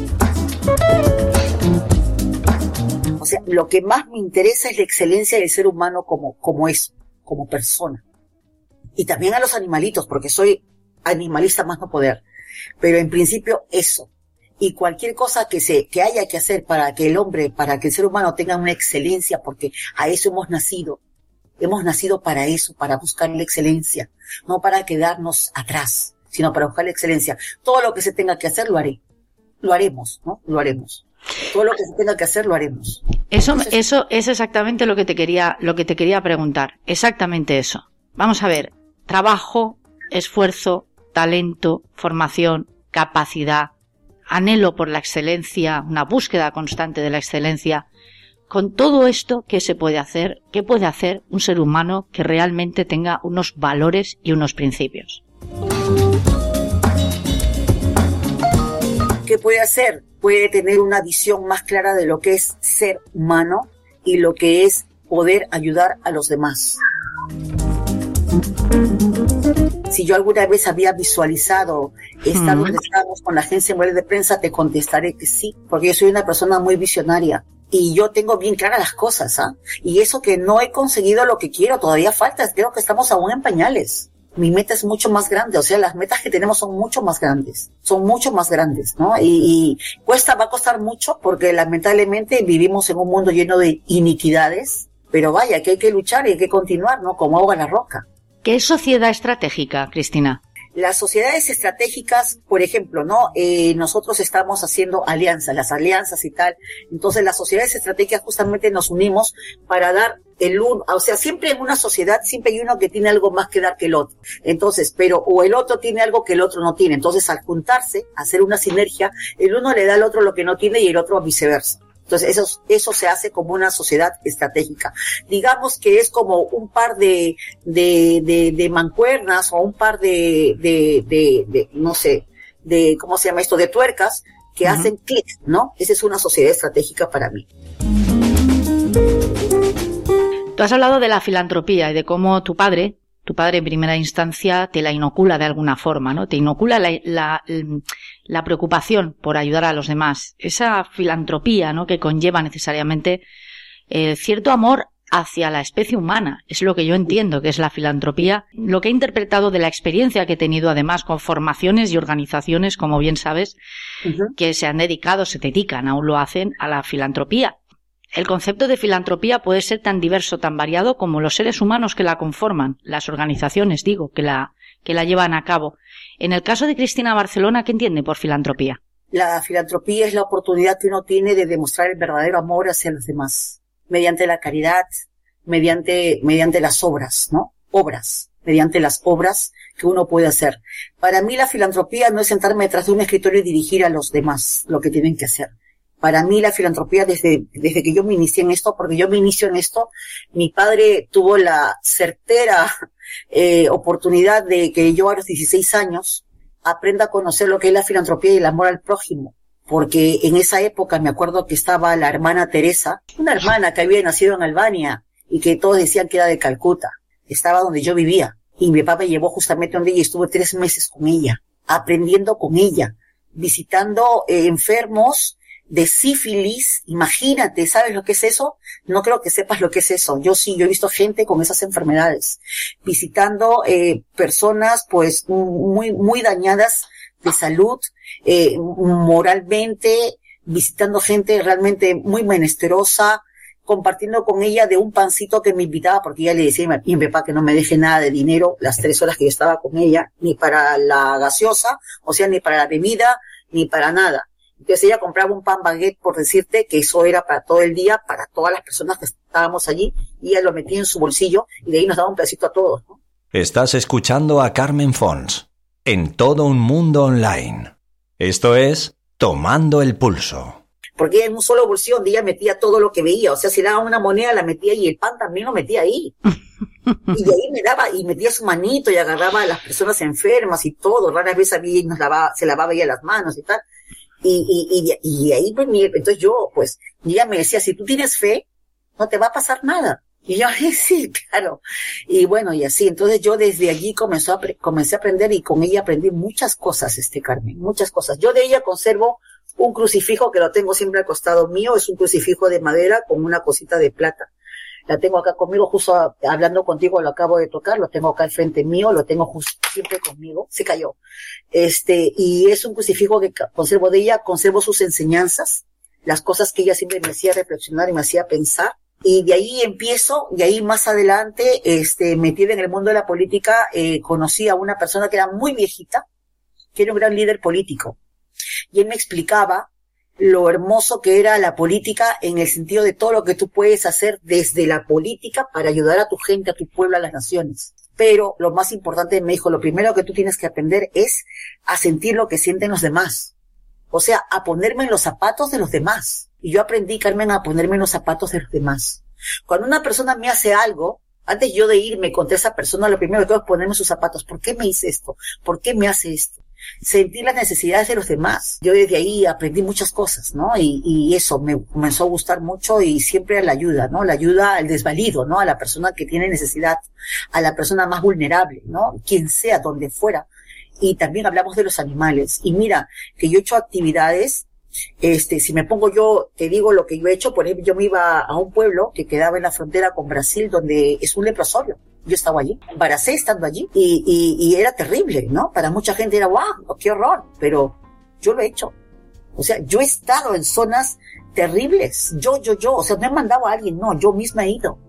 Speaker 4: O sea, lo que más me interesa es la excelencia del ser humano como es, como persona. Y también a los animalitos, porque soy animalista más no poder. Pero en principio eso. Y cualquier cosa que haya que hacer para que el ser humano tenga una excelencia, porque a eso hemos nacido. Hemos nacido para eso, para buscar la excelencia. No para quedarnos atrás, sino para buscar la excelencia. Todo lo que se tenga que hacer lo haré. Lo haremos, ¿no? Lo haremos. Todo lo que se tenga que hacer lo haremos.
Speaker 2: Eso es exactamente lo que te quería preguntar. Exactamente eso. Vamos a ver. Trabajo, esfuerzo, talento, formación, capacidad, anhelo por la excelencia, una búsqueda constante de la excelencia. Con todo esto, ¿qué se puede hacer? ¿Qué puede hacer un ser humano que realmente tenga unos valores y unos principios?
Speaker 4: ¿Qué puede hacer? Puede tener una visión más clara de lo que es ser humano y lo que es poder ayudar a los demás. Si yo alguna vez había visualizado estar donde estamos con la Agencia Mundial de Prensa, te contestaré que sí, porque yo soy una persona muy visionaria y yo tengo bien claras las cosas, ¿ah? Y eso que no he conseguido lo que quiero, todavía falta, creo que estamos aún en pañales. Mi meta es mucho más grande, o sea, las metas que tenemos son mucho más grandes, ¿no? Y va a costar mucho porque lamentablemente vivimos en un mundo lleno de iniquidades, pero vaya, que hay que luchar y hay que continuar, ¿no? Como ahoga la roca.
Speaker 2: ¿Qué es sociedad estratégica, Cristina?
Speaker 4: las sociedades estratégicas, por ejemplo, ¿no? Nosotros estamos haciendo alianzas, las alianzas y tal. Entonces, las sociedades estratégicas justamente nos unimos para dar o sea, siempre en una sociedad, siempre hay uno que tiene algo más que dar que el otro. Entonces, o el otro tiene algo que el otro no tiene. Entonces, al juntarse, hacer una sinergia, el uno le da al otro lo que no tiene y el otro viceversa. Entonces, eso se hace como una sociedad estratégica. Digamos que es como un par de mancuernas o un par no sé, ¿cómo se llama esto? De tuercas que hacen clic, ¿no? Esa es una sociedad estratégica para mí.
Speaker 2: Tú has hablado de la filantropía y de cómo tu padre en primera instancia te la inocula de alguna forma, ¿no? Te inocula la preocupación por ayudar a los demás. Esa filantropía, ¿no? Que conlleva necesariamente cierto amor hacia la especie humana. Es lo que yo entiendo que es la filantropía. Lo que he interpretado de la experiencia que he tenido además con formaciones y organizaciones, como bien sabes, que se dedican, aún lo hacen, a la filantropía. El concepto de filantropía puede ser tan diverso, tan variado como los seres humanos que la conforman, las organizaciones, que la llevan a cabo. En el caso de Cristina Barcelona, ¿qué entiende por filantropía?
Speaker 4: La filantropía es la oportunidad que uno tiene de demostrar el verdadero amor hacia los demás, mediante la caridad, mediante las obras, ¿no? Mediante las obras que uno puede hacer. Para mí la filantropía no es sentarme detrás de un escritorio y dirigir a los demás lo que tienen que hacer. Para mí la filantropía desde que yo me inicié en esto, porque yo me inicio en esto, mi padre tuvo la certera oportunidad de que yo a los 16 años aprenda a conocer lo que es la filantropía y el amor al prójimo. Porque en esa época me acuerdo que estaba la hermana Teresa, una hermana que había nacido en Albania y que todos decían que era de Calcuta. Estaba donde yo vivía y mi papá me llevó justamente donde ella y estuve 3 meses con ella, aprendiendo con ella, visitando enfermos de sífilis. Imagínate, ¿sabes lo que es eso? No creo que sepas lo que es eso. Yo sí, yo he visto gente con esas enfermedades, visitando personas pues muy, muy dañadas de salud, moralmente, visitando gente realmente muy menesterosa, compartiendo con ella de un pancito que me invitaba, porque ella le decía a mi papá que no me deje nada de dinero las 3 horas que yo estaba con ella, ni para la gaseosa, o sea, ni para la bebida, ni para nada. Entonces ella compraba un pan baguette, por decirte, que eso era para todo el día, para todas las personas que estábamos allí, y ella lo metía en su bolsillo, y de ahí nos daba un pedacito a todos, ¿no?
Speaker 1: Estás escuchando a Carmen Fons, en Todo un Mundo Online. Esto es Tomando el Pulso.
Speaker 4: Porque ella en un solo bolsillo donde ella metía todo lo que veía, o sea, si le daba una moneda la metía ahí, y el pan también lo metía ahí. Y de ahí me daba, y metía su manito y agarraba a las personas enfermas y todo, raras veces había, se lavaba ella las manos y tal. Y ahí pues, entonces yo, pues, ella me decía, si tú tienes fe, no te va a pasar nada. Y yo, sí, claro. Y bueno, y así, entonces yo desde allí comencé a aprender, y con ella aprendí muchas cosas, Carmen, muchas cosas. Yo de ella conservo un crucifijo que lo tengo siempre al costado mío, es un crucifijo de madera con una cosita de plata. La tengo acá conmigo, justo hablando contigo, lo acabo de tocar, lo tengo acá al frente mío, lo tengo justo siempre conmigo, se cayó. Y es un crucifijo que conservo de ella, conservo sus enseñanzas, las cosas que ella siempre me hacía reflexionar y me hacía pensar. Y de ahí empiezo, y ahí más adelante, metida en el mundo de la política, conocí a una persona que era muy viejita, que era un gran líder político. Y él me explicaba lo hermoso que era la política en el sentido de todo lo que tú puedes hacer desde la política para ayudar a tu gente, a tu pueblo, a las naciones. Pero lo más importante, me dijo, lo primero que tú tienes que aprender es a sentir lo que sienten los demás. O sea, a ponerme en los zapatos de los demás. Y yo aprendí, Carmen, a ponerme en los zapatos de los demás. Cuando una persona me hace algo, antes yo de irme contra esa persona, lo primero que tengo es ponerme en sus zapatos. ¿Por qué me hice esto? ¿Por qué me hace esto? Sentir las necesidades de los demás. Yo desde ahí aprendí muchas cosas, ¿no? Y eso me comenzó a gustar mucho, y siempre la ayuda, ¿no? La ayuda al desvalido, ¿no? A la persona que tiene necesidad, a la persona más vulnerable, ¿no? Quien sea, donde fuera. Y también hablamos de los animales. Y mira, que yo he hecho actividades, si me pongo yo, te digo lo que yo he hecho. Por ejemplo, yo me iba a un pueblo que quedaba en la frontera con Brasil, donde es un leprosorio. Yo estaba allí, embaracé estando allí, y era terrible, ¿no? Para mucha gente era, wow, qué horror, pero yo lo he hecho. O sea, yo he estado en zonas terribles, yo, o sea, no he mandado a alguien, no, yo misma he ido.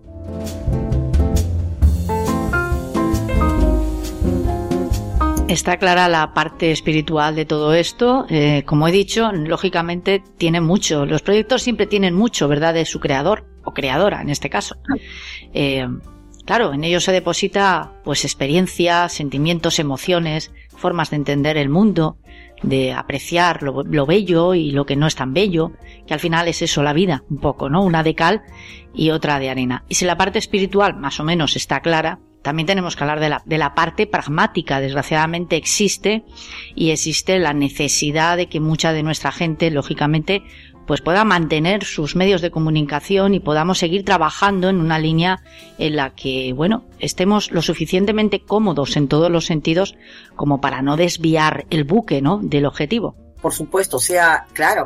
Speaker 2: Está clara la parte espiritual de todo esto. Como he dicho, lógicamente tiene mucho. Los proyectos siempre tienen mucho, ¿verdad?, de su creador o creadora, en este caso. Claro, en ellos se deposita pues experiencia, sentimientos, emociones, formas de entender el mundo, de apreciar lo bello y lo que no es tan bello, que al final es eso, la vida, un poco, ¿no? Una de cal y otra de arena. Y si la parte espiritual más o menos está clara, también tenemos que hablar de la parte pragmática. Desgraciadamente existe la necesidad de que mucha de nuestra gente, lógicamente, pues pueda mantener sus medios de comunicación y podamos seguir trabajando en una línea en la que, bueno, estemos lo suficientemente cómodos en todos los sentidos como para no desviar el buque, ¿no?, del objetivo.
Speaker 4: Por supuesto, o sea, claro.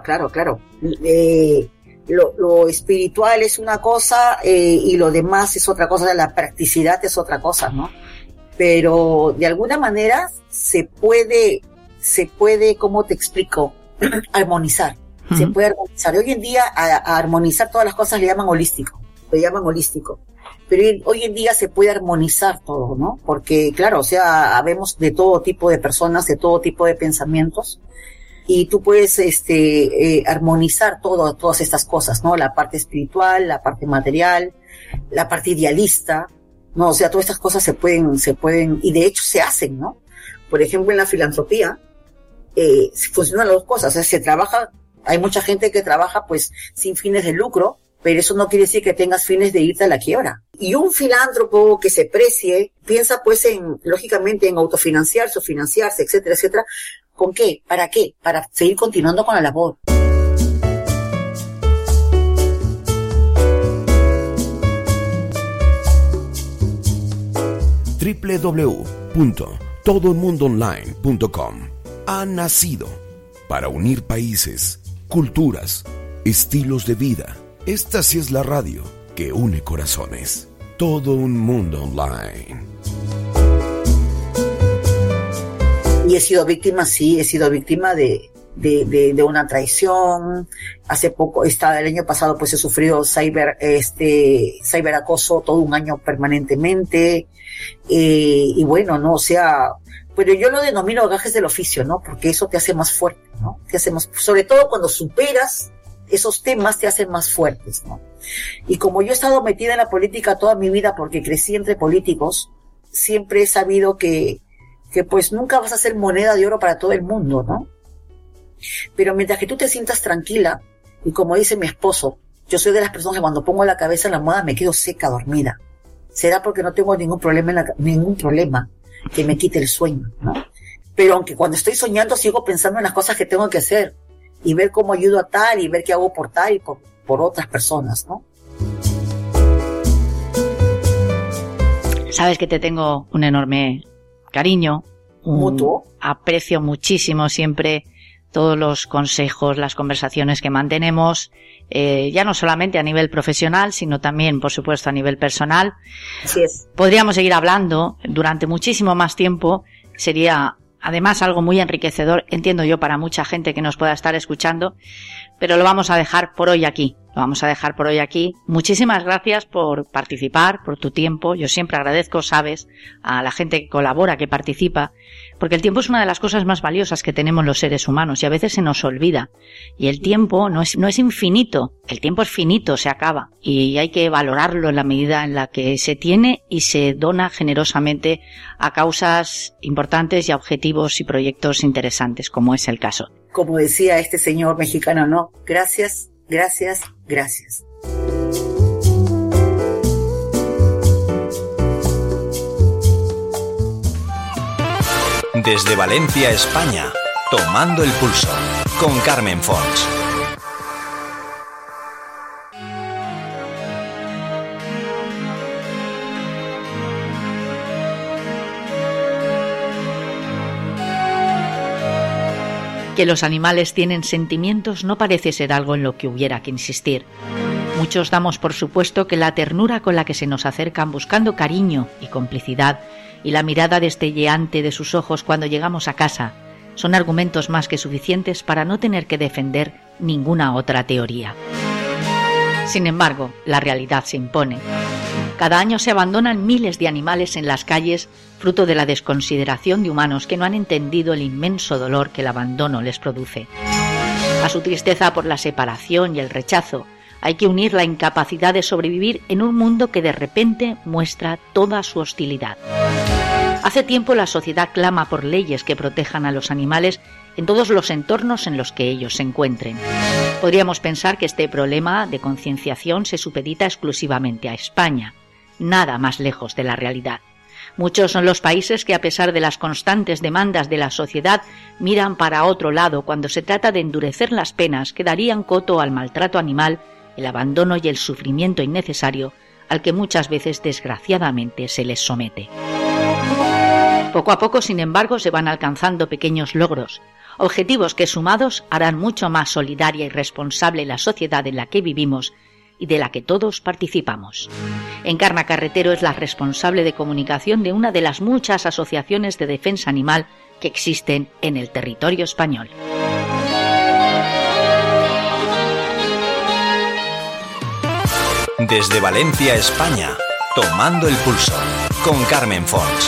Speaker 4: Lo espiritual es una cosa y lo demás es otra cosa, la practicidad es otra cosa, ¿no? Pero de alguna manera se puede, ¿cómo te explico? Armonizar. Se puede armonizar. Hoy en día a armonizar todas las cosas le llaman holístico. Pero hoy en día se puede armonizar todo, ¿no? Porque, claro, o sea, habemos de todo tipo de personas, de todo tipo de pensamientos, y tú puedes armonizar todas estas cosas, ¿no? La parte espiritual, la parte material, la parte idealista, ¿no? O sea, todas estas cosas se pueden, y de hecho se hacen, ¿no? Por ejemplo, en la filantropía, funcionan las dos cosas, o sea, se trabaja. Hay mucha gente que trabaja pues sin fines de lucro, pero eso no quiere decir que tengas fines de irte a la quiebra. Y un filántropo que se precie, piensa pues lógicamente en autofinanciarse o financiarse, etcétera, etcétera. ¿Con qué? ¿Para qué? Para seguir continuando con la labor.
Speaker 6: www.todoelmundoonline.com ha nacido para unir países, culturas, estilos de vida. Esta sí es la radio que une corazones. Todo un mundo online.
Speaker 4: Y he sido víctima de una traición. Hace poco, el año pasado pues he sufrido cyberacoso todo un año permanentemente. Y bueno, no, o sea, pero yo lo denomino gajes del oficio, ¿no? Porque eso te hace más fuerte, ¿no? Sobre todo cuando superas esos temas, te hacen más fuertes, ¿no? Y como yo he estado metida en la política toda mi vida porque crecí entre políticos, siempre he sabido que pues nunca vas a ser moneda de oro para todo el mundo, ¿no? Pero mientras que tú te sientas tranquila, y como dice mi esposo, yo soy de las personas que cuando pongo la cabeza en la almohada me quedo seca, dormida. Será porque no tengo ningún problema que me quite el sueño, ¿no? Pero aunque cuando estoy soñando sigo pensando en las cosas que tengo que hacer y ver cómo ayudo a tal y ver qué hago por tal y por otras personas, ¿no?
Speaker 2: Sabes que te tengo un enorme cariño,
Speaker 4: mutuo.
Speaker 2: Aprecio muchísimo siempre todos los consejos, las conversaciones que mantenemos, ya no solamente a nivel profesional, sino también, por supuesto, a nivel personal.
Speaker 4: Así es.
Speaker 2: Podríamos seguir hablando durante muchísimo más tiempo. Sería, además, algo muy enriquecedor, entiendo yo, para mucha gente que nos pueda estar escuchando, pero lo vamos a dejar por hoy aquí. Muchísimas gracias por participar, por tu tiempo. Yo siempre agradezco, sabes, a la gente que colabora, que participa, porque el tiempo es una de las cosas más valiosas que tenemos los seres humanos y a veces se nos olvida. Y el tiempo no es infinito, el tiempo es finito, se acaba. Y hay que valorarlo en la medida en la que se tiene y se dona generosamente a causas importantes y a objetivos y proyectos interesantes, como es el caso.
Speaker 4: Como decía este señor mexicano, ¿no? Gracias. Gracias, gracias.
Speaker 1: Desde Valencia, España, Tomando el Pulso, con Carmen Fons.
Speaker 2: Que los animales tienen sentimientos no parece ser algo en lo que hubiera que insistir. Muchos damos por supuesto que la ternura con la que se nos acercan buscando cariño y complicidad y la mirada destelleante de sus ojos cuando llegamos a casa son argumentos más que suficientes para no tener que defender ninguna otra teoría. Sin embargo, la realidad se impone. Cada año se abandonan miles de animales en las calles, fruto de la desconsideración de humanos que no han entendido el inmenso dolor que el abandono les produce. A su tristeza por la separación y el rechazo, hay que unir la incapacidad de sobrevivir en un mundo que de repente muestra toda su hostilidad. Hace tiempo la sociedad clama por leyes que protejan a los animales en todos los entornos en los que ellos se encuentren. Podríamos pensar que este problema de concienciación se supedita exclusivamente a España. Nada más lejos de la realidad. Muchos son los países que, a pesar de las constantes demandas de la sociedad, miran para otro lado cuando se trata de endurecer las penas que darían coto al maltrato animal, el abandono y el sufrimiento innecesario al que muchas veces desgraciadamente se les somete. Poco a poco, sin embargo, se van alcanzando pequeños logros, objetivos que sumados harán mucho más solidaria y responsable la sociedad en la que vivimos y de la que todos participamos. Encarna Carretero es la responsable de comunicación de una de las muchas asociaciones de defensa animal que existen en el territorio español.
Speaker 1: Desde Valencia, España, Tomando el Pulso, con Carmen Fons.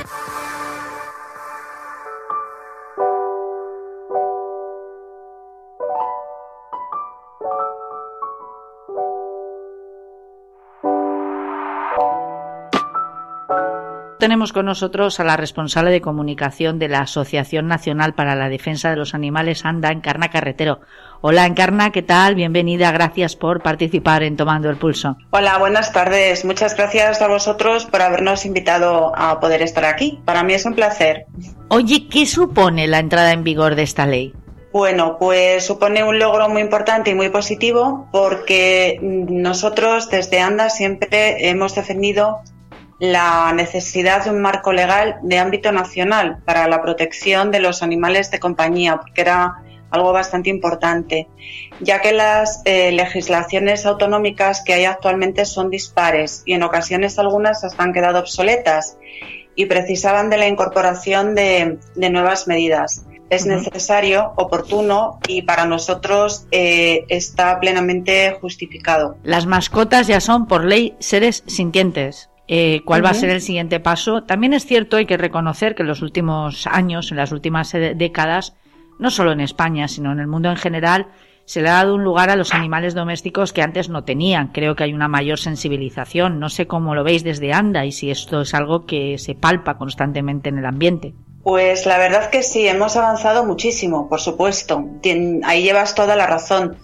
Speaker 2: Tenemos con nosotros a la responsable de comunicación de la Asociación Nacional para la Defensa de los Animales, ANDA, Encarna Carretero. Hola, Encarna, ¿qué tal? Bienvenida, gracias por participar en Tomando el Pulso.
Speaker 7: Hola, buenas tardes. Muchas gracias a vosotros por habernos invitado a poder estar aquí. Para mí es un placer.
Speaker 2: Oye, ¿qué supone la entrada en vigor de esta ley?
Speaker 7: Bueno, pues supone un logro muy importante y muy positivo porque nosotros desde ANDA siempre hemos defendido la necesidad de un marco legal de ámbito nacional para la protección de los animales de compañía, porque era algo bastante importante, ya que las legislaciones autonómicas que hay actualmente son dispares y en ocasiones algunas hasta han quedado obsoletas y precisaban de la incorporación de nuevas medidas. Es necesario, oportuno y para nosotros está plenamente justificado.
Speaker 2: Las mascotas ya son por ley seres sintientes. ¿Cuál va a ser el siguiente paso? También es cierto, hay que reconocer que en los últimos años, en las últimas décadas, no solo en España, sino en el mundo en general, se le ha dado un lugar a los animales domésticos que antes no tenían. Creo que hay una mayor sensibilización. No sé cómo lo veis desde ANDA y si esto es algo que se palpa constantemente en el ambiente.
Speaker 7: Pues la verdad que sí, hemos avanzado muchísimo, por supuesto. Ahí llevas toda la razón.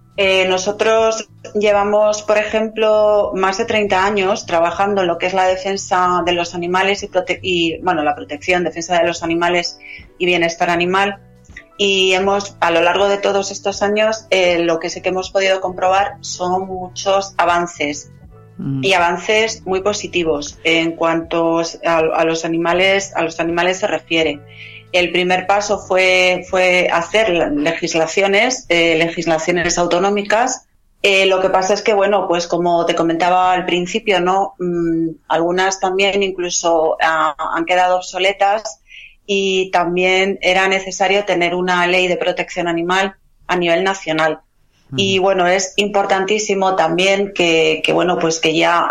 Speaker 7: Nosotros llevamos, por ejemplo, más de 30 años trabajando en lo que es la defensa de los animales la protección, defensa de los animales y bienestar animal. Y a lo largo de todos estos años, lo que sí que hemos podido comprobar son muchos avances y avances muy positivos en cuanto a los animales se refiere. El primer paso fue hacer legislaciones autonómicas. Lo que pasa es que, bueno, pues como te comentaba al principio, ¿no? Algunas también incluso han quedado obsoletas y también era necesario tener una ley de protección animal a nivel nacional. Y bueno, es importantísimo también que ya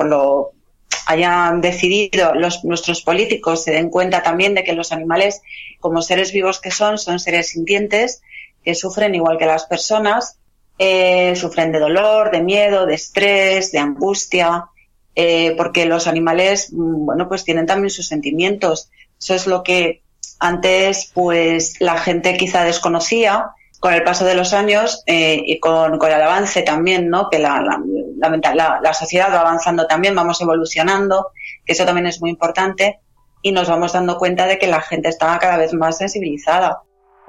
Speaker 7: hayan decidido nuestros políticos se den cuenta también de que los animales, como seres vivos que son seres sintientes que sufren igual que las personas, sufren de dolor, de miedo, de estrés, de angustia, porque los animales, pues tienen también sus sentimientos. Eso es lo que antes, pues, la gente quizá desconocía. Con el paso de los años y con el avance también, ¿no? Que la sociedad va avanzando también, vamos evolucionando, que eso también es muy importante y nos vamos dando cuenta de que la gente está cada vez más sensibilizada.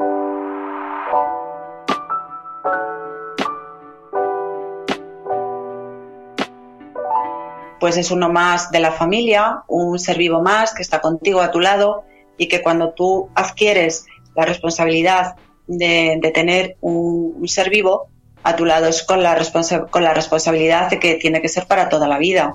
Speaker 7: Pues es uno más de la familia, un ser vivo más que está contigo a tu lado y que cuando tú adquieres la responsabilidad de tener un ser vivo a tu lado es con la responsabilidad de que tiene que ser para toda la vida.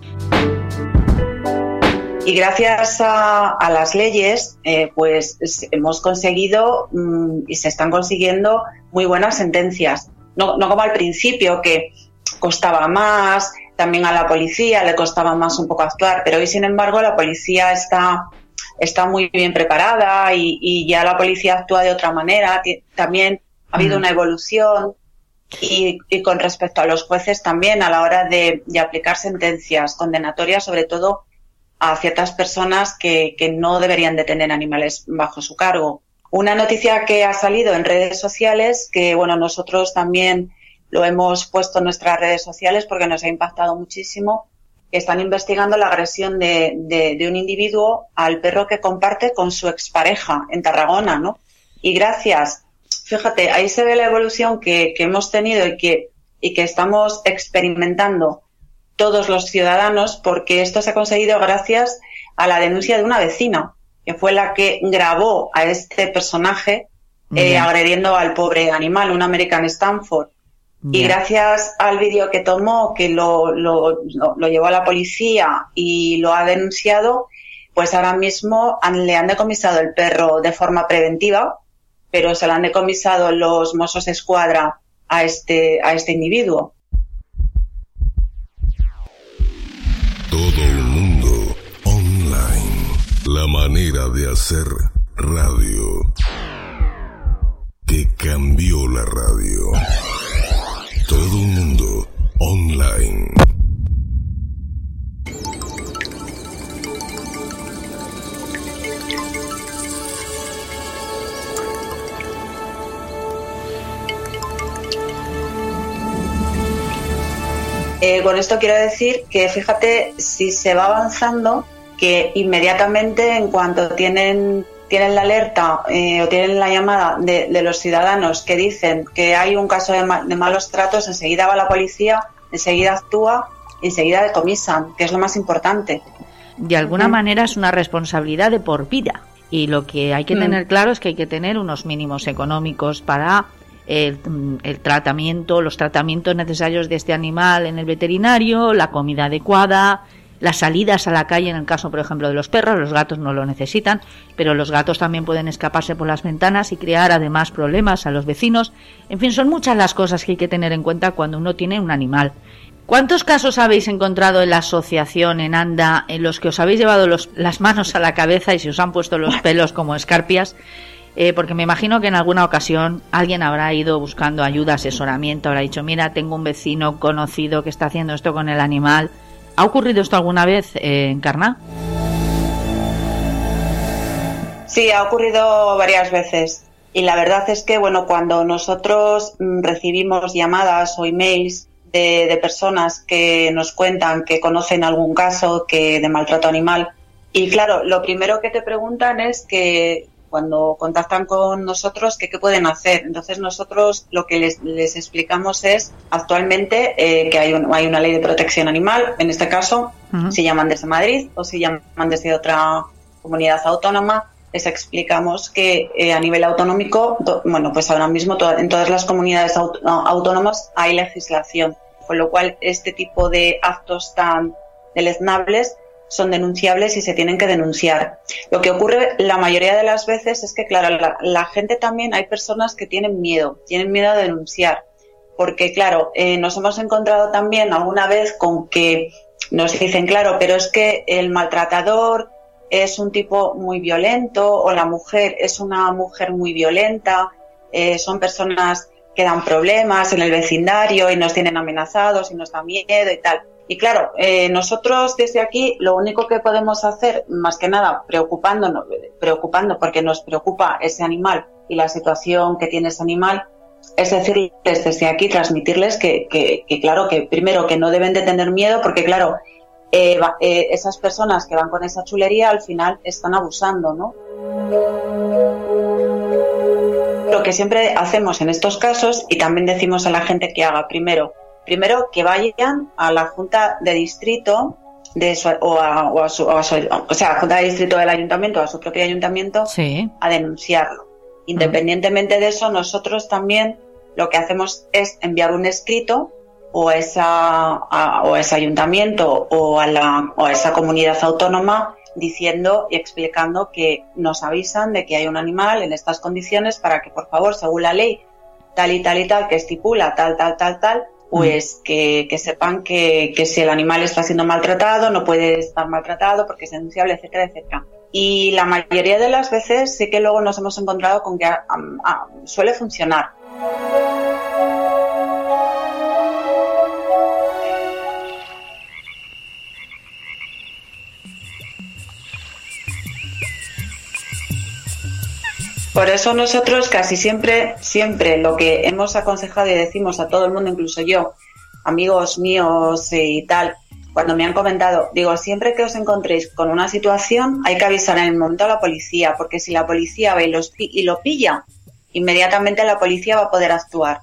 Speaker 7: Y gracias a las leyes, pues hemos conseguido y se están consiguiendo muy buenas sentencias. No como al principio, que costaba más, también a la policía le costaba más un poco actuar, pero hoy, sin embargo, la policía está muy bien preparada y ya la policía actúa de otra manera. También ha habido una evolución y con respecto a los jueces también a la hora de aplicar sentencias condenatorias, sobre todo a ciertas personas que no deberían de tener animales bajo su cargo. Una noticia que ha salido en redes sociales, que bueno, nosotros también lo hemos puesto en nuestras redes sociales porque nos ha impactado muchísimo, que están investigando la agresión de un individuo al perro que comparte con su expareja en Tarragona, ¿no? Y gracias, fíjate, ahí se ve la evolución que hemos tenido y que estamos experimentando todos los ciudadanos, porque esto se ha conseguido gracias a la denuncia de una vecina, que fue la que grabó a este personaje agrediendo al pobre animal, un American Stanford. Y gracias al vídeo que tomó, que lo llevó a la policía y lo ha denunciado, pues ahora mismo le han decomisado el perro de forma preventiva, pero se lo han decomisado los Mossos d'Esquadra a este individuo.
Speaker 3: Todo el mundo online. La manera de hacer radio que cambió la radio. Todo el mundo online.
Speaker 7: Con esto quiero decir que, fíjate, si se va avanzando, que inmediatamente en cuanto tienen la alerta o tienen la llamada de los ciudadanos que dicen que hay un caso de malos tratos, enseguida va la policía, enseguida actúa, enseguida decomisan, que es lo más importante.
Speaker 2: De alguna manera es una responsabilidad de por vida, y lo que hay que tener claro es que hay que tener unos mínimos económicos para el tratamiento, los tratamientos necesarios de este animal en el veterinario, la comida adecuada, las salidas a la calle en el caso, por ejemplo, de los perros. Los gatos no lo necesitan, pero los gatos también pueden escaparse por las ventanas y crear además problemas a los vecinos. En fin, son muchas las cosas que hay que tener en cuenta cuando uno tiene un animal. ¿Cuántos casos habéis encontrado en la asociación, en ANDA, en los que os habéis llevado las manos a la cabeza y se os han puesto los pelos como escarpias? Porque me imagino que en alguna ocasión alguien habrá ido buscando ayuda, asesoramiento, habrá dicho, mira, tengo un vecino conocido que está haciendo esto con el animal. ¿Ha ocurrido esto alguna vez, Encarna?
Speaker 7: Sí, ha ocurrido varias veces. Y la verdad es que, bueno, cuando nosotros recibimos llamadas o emails de personas que nos cuentan que conocen algún caso de maltrato animal, y claro, lo primero que te preguntan es que cuando contactan con nosotros, ¿qué pueden hacer? Entonces nosotros lo que les explicamos es actualmente que hay una ley de protección animal, en este caso, si llaman desde Madrid o si llaman desde otra comunidad autónoma, les explicamos que a nivel autonómico, bueno, pues ahora mismo en todas las comunidades autónomas hay legislación, con lo cual este tipo de actos tan deleznables son denunciables y se tienen que denunciar. Lo que ocurre la mayoría de las veces es que, claro, la gente también, hay personas que tienen miedo a denunciar, porque, claro, nos hemos encontrado también alguna vez con que nos dicen, claro, pero es que el maltratador es un tipo muy violento o la mujer es una mujer muy violenta, son personas que dan problemas en el vecindario y nos tienen amenazados y nos da miedo y tal. Y claro, nosotros desde aquí lo único que podemos hacer, más que nada preocupando porque nos preocupa ese animal y la situación que tiene ese animal, es decirles desde aquí, transmitirles que claro, que primero que no deben de tener miedo, porque claro, esas personas que van con esa chulería al final están abusando, ¿no? Lo que siempre hacemos en estos casos, y también decimos a la gente que haga primero que vayan a la Junta de Distrito Junta de Distrito del Ayuntamiento, a su propio ayuntamiento, sí, a denunciarlo. Independientemente de eso, nosotros también lo que hacemos es enviar un escrito a ese ayuntamiento o a esa comunidad autónoma diciendo y explicando que nos avisan de que hay un animal en estas condiciones para que, por favor, según la ley tal y tal y tal que estipula tal, pues que sepan que si el animal está siendo maltratado, no puede estar maltratado porque es denunciable, etcétera, etcétera. Y la mayoría de las veces sí que luego nos hemos encontrado con que suele funcionar. Por eso nosotros casi siempre lo que hemos aconsejado y decimos a todo el mundo, incluso yo, amigos míos y tal, cuando me han comentado, digo, siempre que os encontréis con una situación hay que avisar en el momento a la policía, porque si la policía ve y lo pilla, inmediatamente la policía va a poder actuar.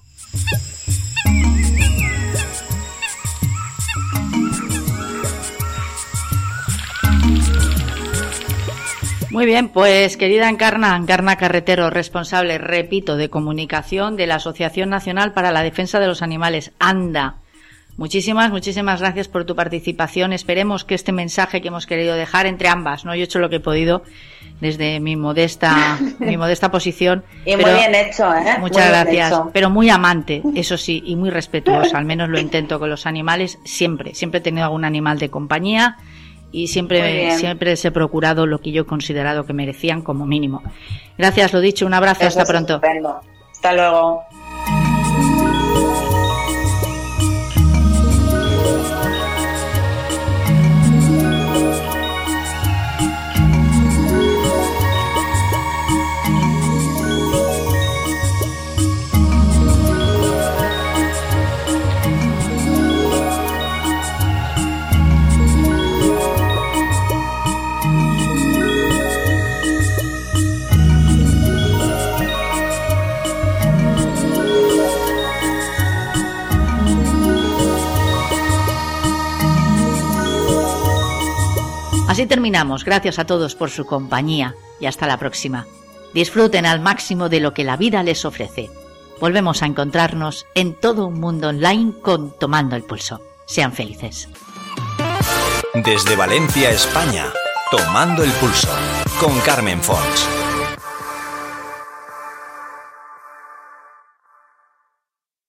Speaker 2: Muy bien, pues querida Encarna Carretero, responsable, repito, de comunicación de la Asociación Nacional para la Defensa de los Animales, ANDA. Muchísimas gracias por tu participación. Esperemos que este mensaje que hemos querido dejar entre ambas, ¿no? Yo he hecho lo que he podido desde mi modesta posición.
Speaker 7: Y muy bien hecho, ¿eh?
Speaker 2: Muchas gracias. Pero muy amante, eso sí, y muy respetuosa. Al menos lo intento con los animales siempre. Siempre he tenido algún animal de compañía. Y siempre les he procurado lo que yo he considerado que merecían como mínimo. Gracias, lo dicho, un abrazo, hasta pronto.
Speaker 7: Estupendo. Hasta luego.
Speaker 2: Así terminamos. Gracias a todos por su compañía y hasta la próxima. Disfruten al máximo de lo que la vida les ofrece. Volvemos a encontrarnos en Todo un Mundo Online con Tomando el Pulso. Sean felices.
Speaker 1: Desde Valencia, España, Tomando el Pulso con Carmen Fons.